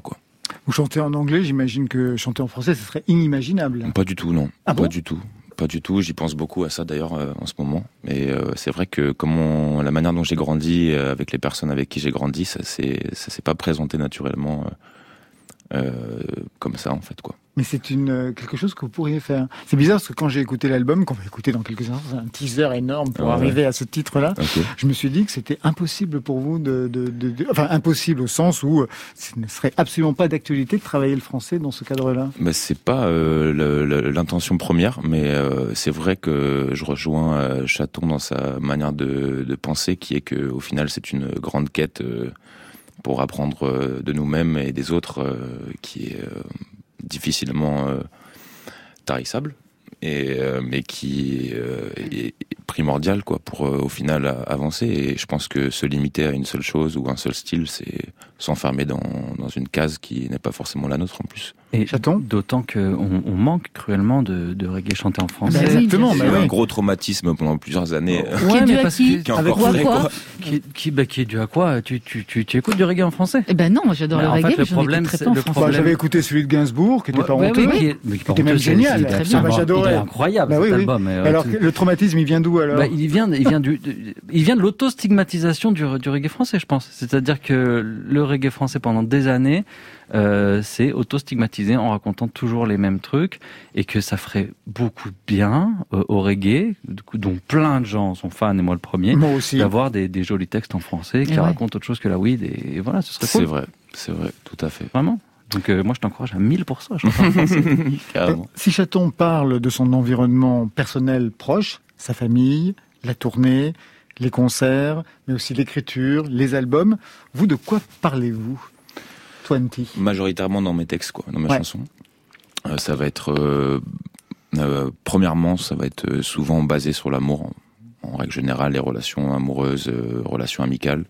Vous chantez en anglais, j'imagine que chanter en français, ce serait inimaginable. Pas du tout, non. Ah pas bon du tout. Pas du tout. J'y pense beaucoup à ça d'ailleurs euh, en ce moment. Mais euh, c'est vrai que comme on, la manière dont j'ai grandi euh, avec les personnes avec qui j'ai grandi, ça s'est ça s'est pas présenté naturellement euh, euh, comme ça en fait quoi. Mais c'est une euh, quelque chose que vous pourriez faire. C'est bizarre parce que quand j'ai écouté l'album, qu'on va écouter dans quelques instants, c'est un teaser énorme pour Ouais, arriver ouais. à ce titre-là. Okay. Je me suis dit que c'était impossible pour vous de, de, de, de, enfin impossible au sens où euh, ce ne serait absolument pas d'actualité de travailler le français dans ce cadre-là. Mais c'est pas euh, le, le, l'intention première, mais euh, c'est vrai que je rejoins euh, Chaton dans sa manière de, de penser, qui est que au final c'est une grande quête euh, pour apprendre euh, de nous-mêmes et des autres, euh, qui est euh, difficilement euh, tarissable, et euh, mais qui euh, est primordial quoi pour euh, au final à, avancer. Et je pense que se limiter à une seule chose ou un seul style, c'est s'enfermer dans dans une case qui n'est pas forcément la nôtre en plus. Et Chaton, d'autant qu'on on manque cruellement de, de reggae chanté en français. bah, exactement, C'est bah, un oui. gros traumatisme pendant plusieurs années. Qui est Ouais, dû mais à parce qui que- qui est Avec encore quoi, frais, quoi quoi. Qui, qui, bah, qui est dû à quoi tu, tu, tu, tu écoutes du reggae en français? Eh ben non, moi j'adore Mais le en fait, reggae, le mais j'en problème, écoute très c'est peu en le français. bah, problème- j'avais écouté celui de Gainsbourg, qui était Ouais, pas ouais, honteux. oui, Qui est, mais qui est pas C'était même honteux, c'est- génial. c'est Très absolument- bien. Bah, j'adorais. Il est incroyable Bah cet oui, oui. album. euh, Alors, tu- le traumatisme, il vient d'où alors? Bah, il vient, il vient du, de- il vient de l'auto-stigmatisation du, du reggae français, je pense. C'est-à-dire que le reggae français pendant des années, euh, c'est auto-stigmatisé en racontant toujours les mêmes trucs, et que ça ferait beaucoup de bien euh, au reggae, du coup, dont plein de gens sont fans, et moi le premier, Moi aussi. d'avoir des, des jolis textes en français qui Et ouais. racontent autre chose que la weed, et voilà, ce serait C'est cool. vrai, c'est vrai, tout à fait. Vraiment. Donc euh, moi je t'encourage à mille pour cent à chanter en français. Carrément. Si Chaton parle de son environnement personnel proche, sa famille, la tournée, les concerts, mais aussi l'écriture, les albums, vous, de quoi parlez-vous, Twenty? Majoritairement dans mes textes, quoi, dans mes Ouais. chansons. Euh, ça va être, euh, euh, premièrement, ça va être souvent basé sur l'amour, en, en règle générale, les relations amoureuses, euh, relations amicales,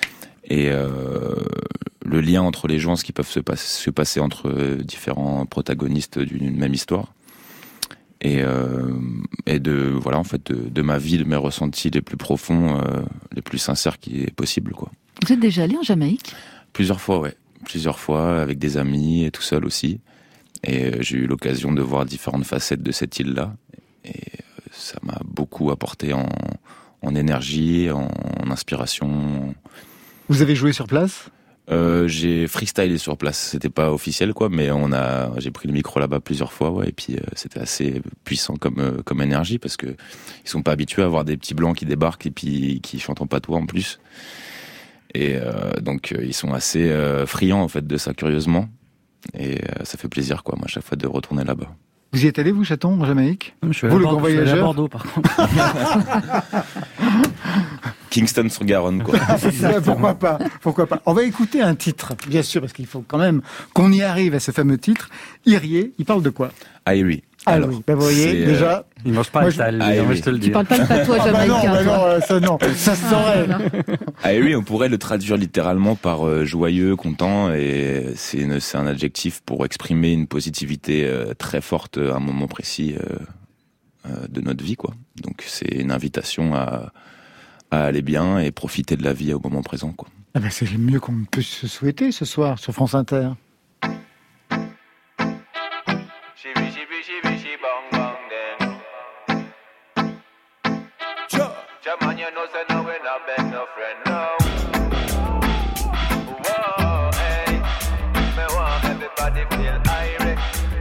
et euh, le lien entre les gens, ce qui peuvent se, pas- se passer entre euh, différents protagonistes d'une même histoire. Et, euh, et de voilà en fait de, de ma vie, de mes ressentis les plus profonds, euh, les plus sincères qui est possible, quoi. Vous êtes déjà allé en Jamaïque? Plusieurs fois, ouais. Plusieurs fois, avec des amis et tout seul aussi. Et euh, j'ai eu l'occasion de voir différentes facettes de cette île-là. Et euh, ça m'a beaucoup apporté en, en énergie, en, en inspiration. Vous avez joué sur place? Euh, j'ai freestylé sur place. C'était pas officiel, quoi, mais on a, j'ai pris le micro là-bas plusieurs fois, ouais. Et puis euh, c'était assez puissant comme euh, comme énergie, parce que ils sont pas habitués à avoir des petits blancs qui débarquent et puis qui chantent en patois en plus. Et euh, donc euh, ils sont assez euh, friands en fait de ça, curieusement. Et euh, ça fait plaisir, quoi, moi, à chaque fois de retourner là-bas. Vous y êtes allé, vous, Chaton, en Jamaïque? Je suis Vous, allé le à grand Bordeaux, je suis allé à voyageur? Bordeaux, par contre. Kingston sur Garonne, quoi. C'est ça, pourquoi pas, pourquoi pas. On va écouter un titre, bien sûr, parce qu'il faut quand même qu'on y arrive à ce fameux titre. Irié, il parle de quoi? Irie. Ah Alors, oui, ben vous voyez, c'est, euh, déjà... Il mange pas Moi, le je- tal, Ah, moi oui. je te le dis. Tu parles pas le patois Ah bah non, jamaïcain, bah toi. non, euh, ça non, ça se saurait. Irie, on pourrait le traduire littéralement par euh, joyeux, content, et c'est, une, c'est un adjectif pour exprimer une positivité euh, très forte à un moment précis euh, euh, de notre vie, quoi. Donc c'est une invitation à, à aller bien et profiter de la vie au moment présent, quoi. Ah ben c'est le mieux qu'on peut se souhaiter ce soir sur France Inter. Shibi, shibi, shibi, shi, bang, bang, then. Jaman, you know, say no, we not beg no friend, no. Whoa, hey. Me want everybody feel irate.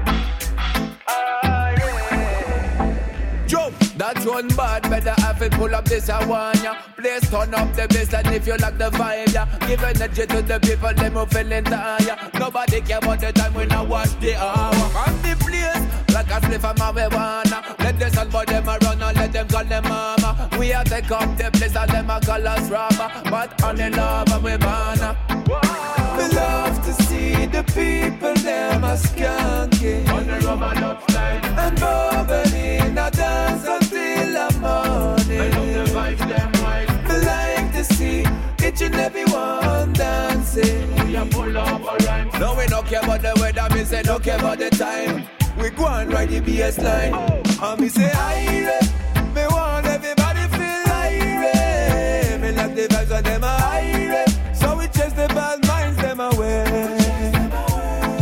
Irate. Jump! That's one bad, better have it pull up this I want ya. Please turn up the bass and if you like the vibe, yeah. Give energy to the people, them who feeling tired. Nobody care about the time when I watch the hour. From the place, like a spliff of marijuana. Let the sun boy them a run and let them call them mama. We a take up the place and them a call us robber. But on the love and we banna. We love to see the people them a skanking on the rum and upside and bubbling a dance until the morning. I love the vibes them right. We like to see each and every one dancing. We are full of a rhyme. No, we don't care about the weather, me say don't care about the time. We go and ride the B S line. And me say irate. Me want everybody feel irate. Me like the vibes of them are irate. So we chase the bad minds them away.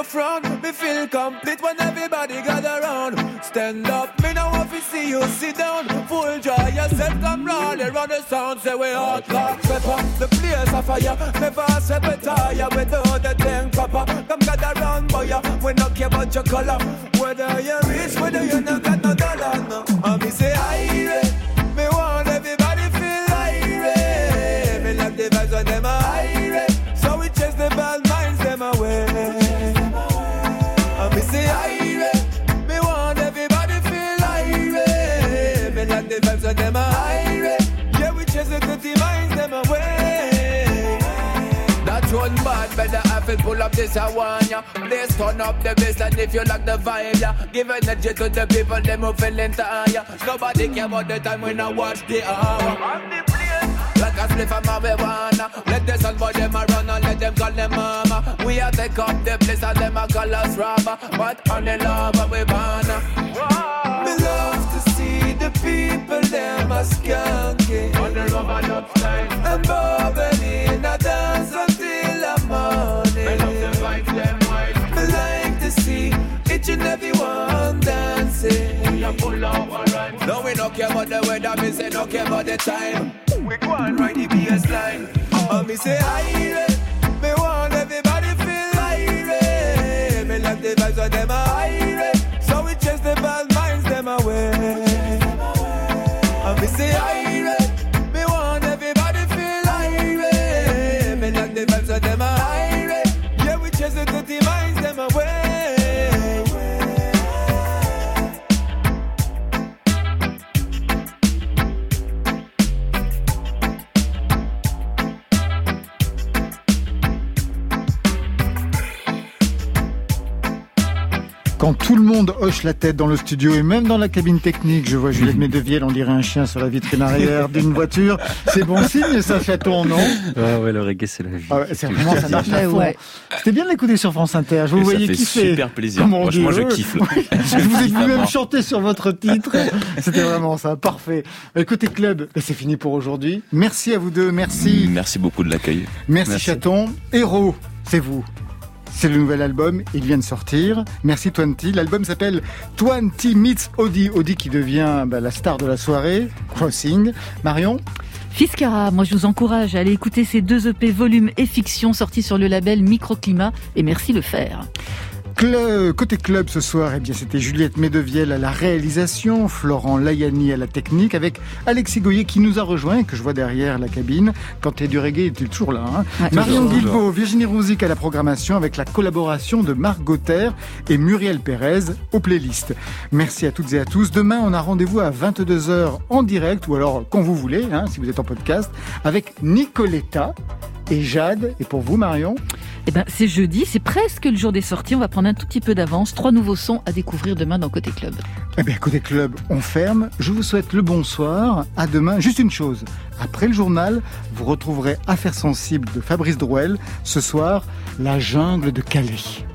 your front. Me feel complete when everybody gather round. Stand up, me now want to see you sit down. Full joy, yourself come round and run the sound. Say we hot like pepper, the place of fire. Never say we tire without the thing proper. Come gather round, boy, we don't care about your color. Whether you rich, whether you not got no dollar, no. And me say irate, me want everybody feel irate. Me like the vibes when them are irate, so we chase the bad minds them away. And me say irate, me want everybody feel irate. Me like the vibes when them are irate, yeah we chase the dirty minds them away. That one bad, better have it pull up this I want ya. Please turn up the bass and if you like the vibe, yeah. Give energy to the people, them who feeling tired. Nobody care about the time when I watch the hour. Like a spliff of marijuana. Let the sun boy them a run and let them call them mama. We a take up the place and them a call us robber. But on the love and we banna. Me love to see the people them a skanking on the rubber upside and bubbling a dance until the morning. Me love them like them white. Me like to see each and every one dancing. We a pull over right. No we don't care about the weather, me say no care about the time. We go and ride the bass line. And me say irate, me want everybody feel irate. Me like the vibes of them are irate, so we chase the bad minds them away. And me say irate, me want everybody feel irate. Me like the vibes of them are irate, yeah we chase the dirty minds them away. Quand tout le monde hoche la tête dans le studio et même dans la cabine technique, je vois Juliette Medevielle, on dirait un chien sur la vitrine arrière d'une voiture. C'est bon signe, ça, Chaton, non? Ouais, ouais, le reggae, c'est la vie. Ah ouais, c'est vraiment, ça marche à fond. Ouais. C'était bien de l'écouter sur France Inter. Je vous voyais kiffer. Ça fait super plaisir. Franchement, je kiffe. Je vous ai vu même chanter sur votre titre. C'était vraiment ça. Parfait. Écoutez, Club, c'est fini pour aujourd'hui. Merci à vous deux. Merci. Merci beaucoup de l'accueil. Merci, Merci. Chaton. Héros, c'est vous. C'est le nouvel album, il vient de sortir. Merci Twenty. L'album s'appelle Twenty Meets Audi. Audi qui devient bah, la star de la soirée. Crossing. Marion? Fiskara, moi je vous encourage à aller écouter ces deux E P volume et fiction sortis sur le label Microclimat et merci le faire. Club, côté club ce soir, eh bien c'était Juliette Medevielle à la réalisation, Florent Layani à la technique, avec Alexis Goyer qui nous a rejoint et que je vois derrière la cabine. Quand t'es du reggae, il est toujours là. Hein. Ouais, Marion Guilbault, Virginie Rouzic à la programmation avec la collaboration de Marc Gauther et Muriel Pérez aux playlists. Merci à toutes et à tous. Demain, on a rendez-vous à vingt-deux heures en direct ou alors quand vous voulez, hein, si vous êtes en podcast, avec Nicoletta et Jade. Et pour vous, Marion? Eh ben, c'est jeudi, c'est presque le jour des sorties. On va prendre un tout petit peu d'avance. Trois nouveaux sons à découvrir demain dans Côté Club. Eh bien, Côté Club, on ferme. Je vous souhaite le bonsoir. À demain. Juste une chose. Après le journal, vous retrouverez Affaires sensibles de Fabrice Drouel. Ce soir, la jungle de Calais.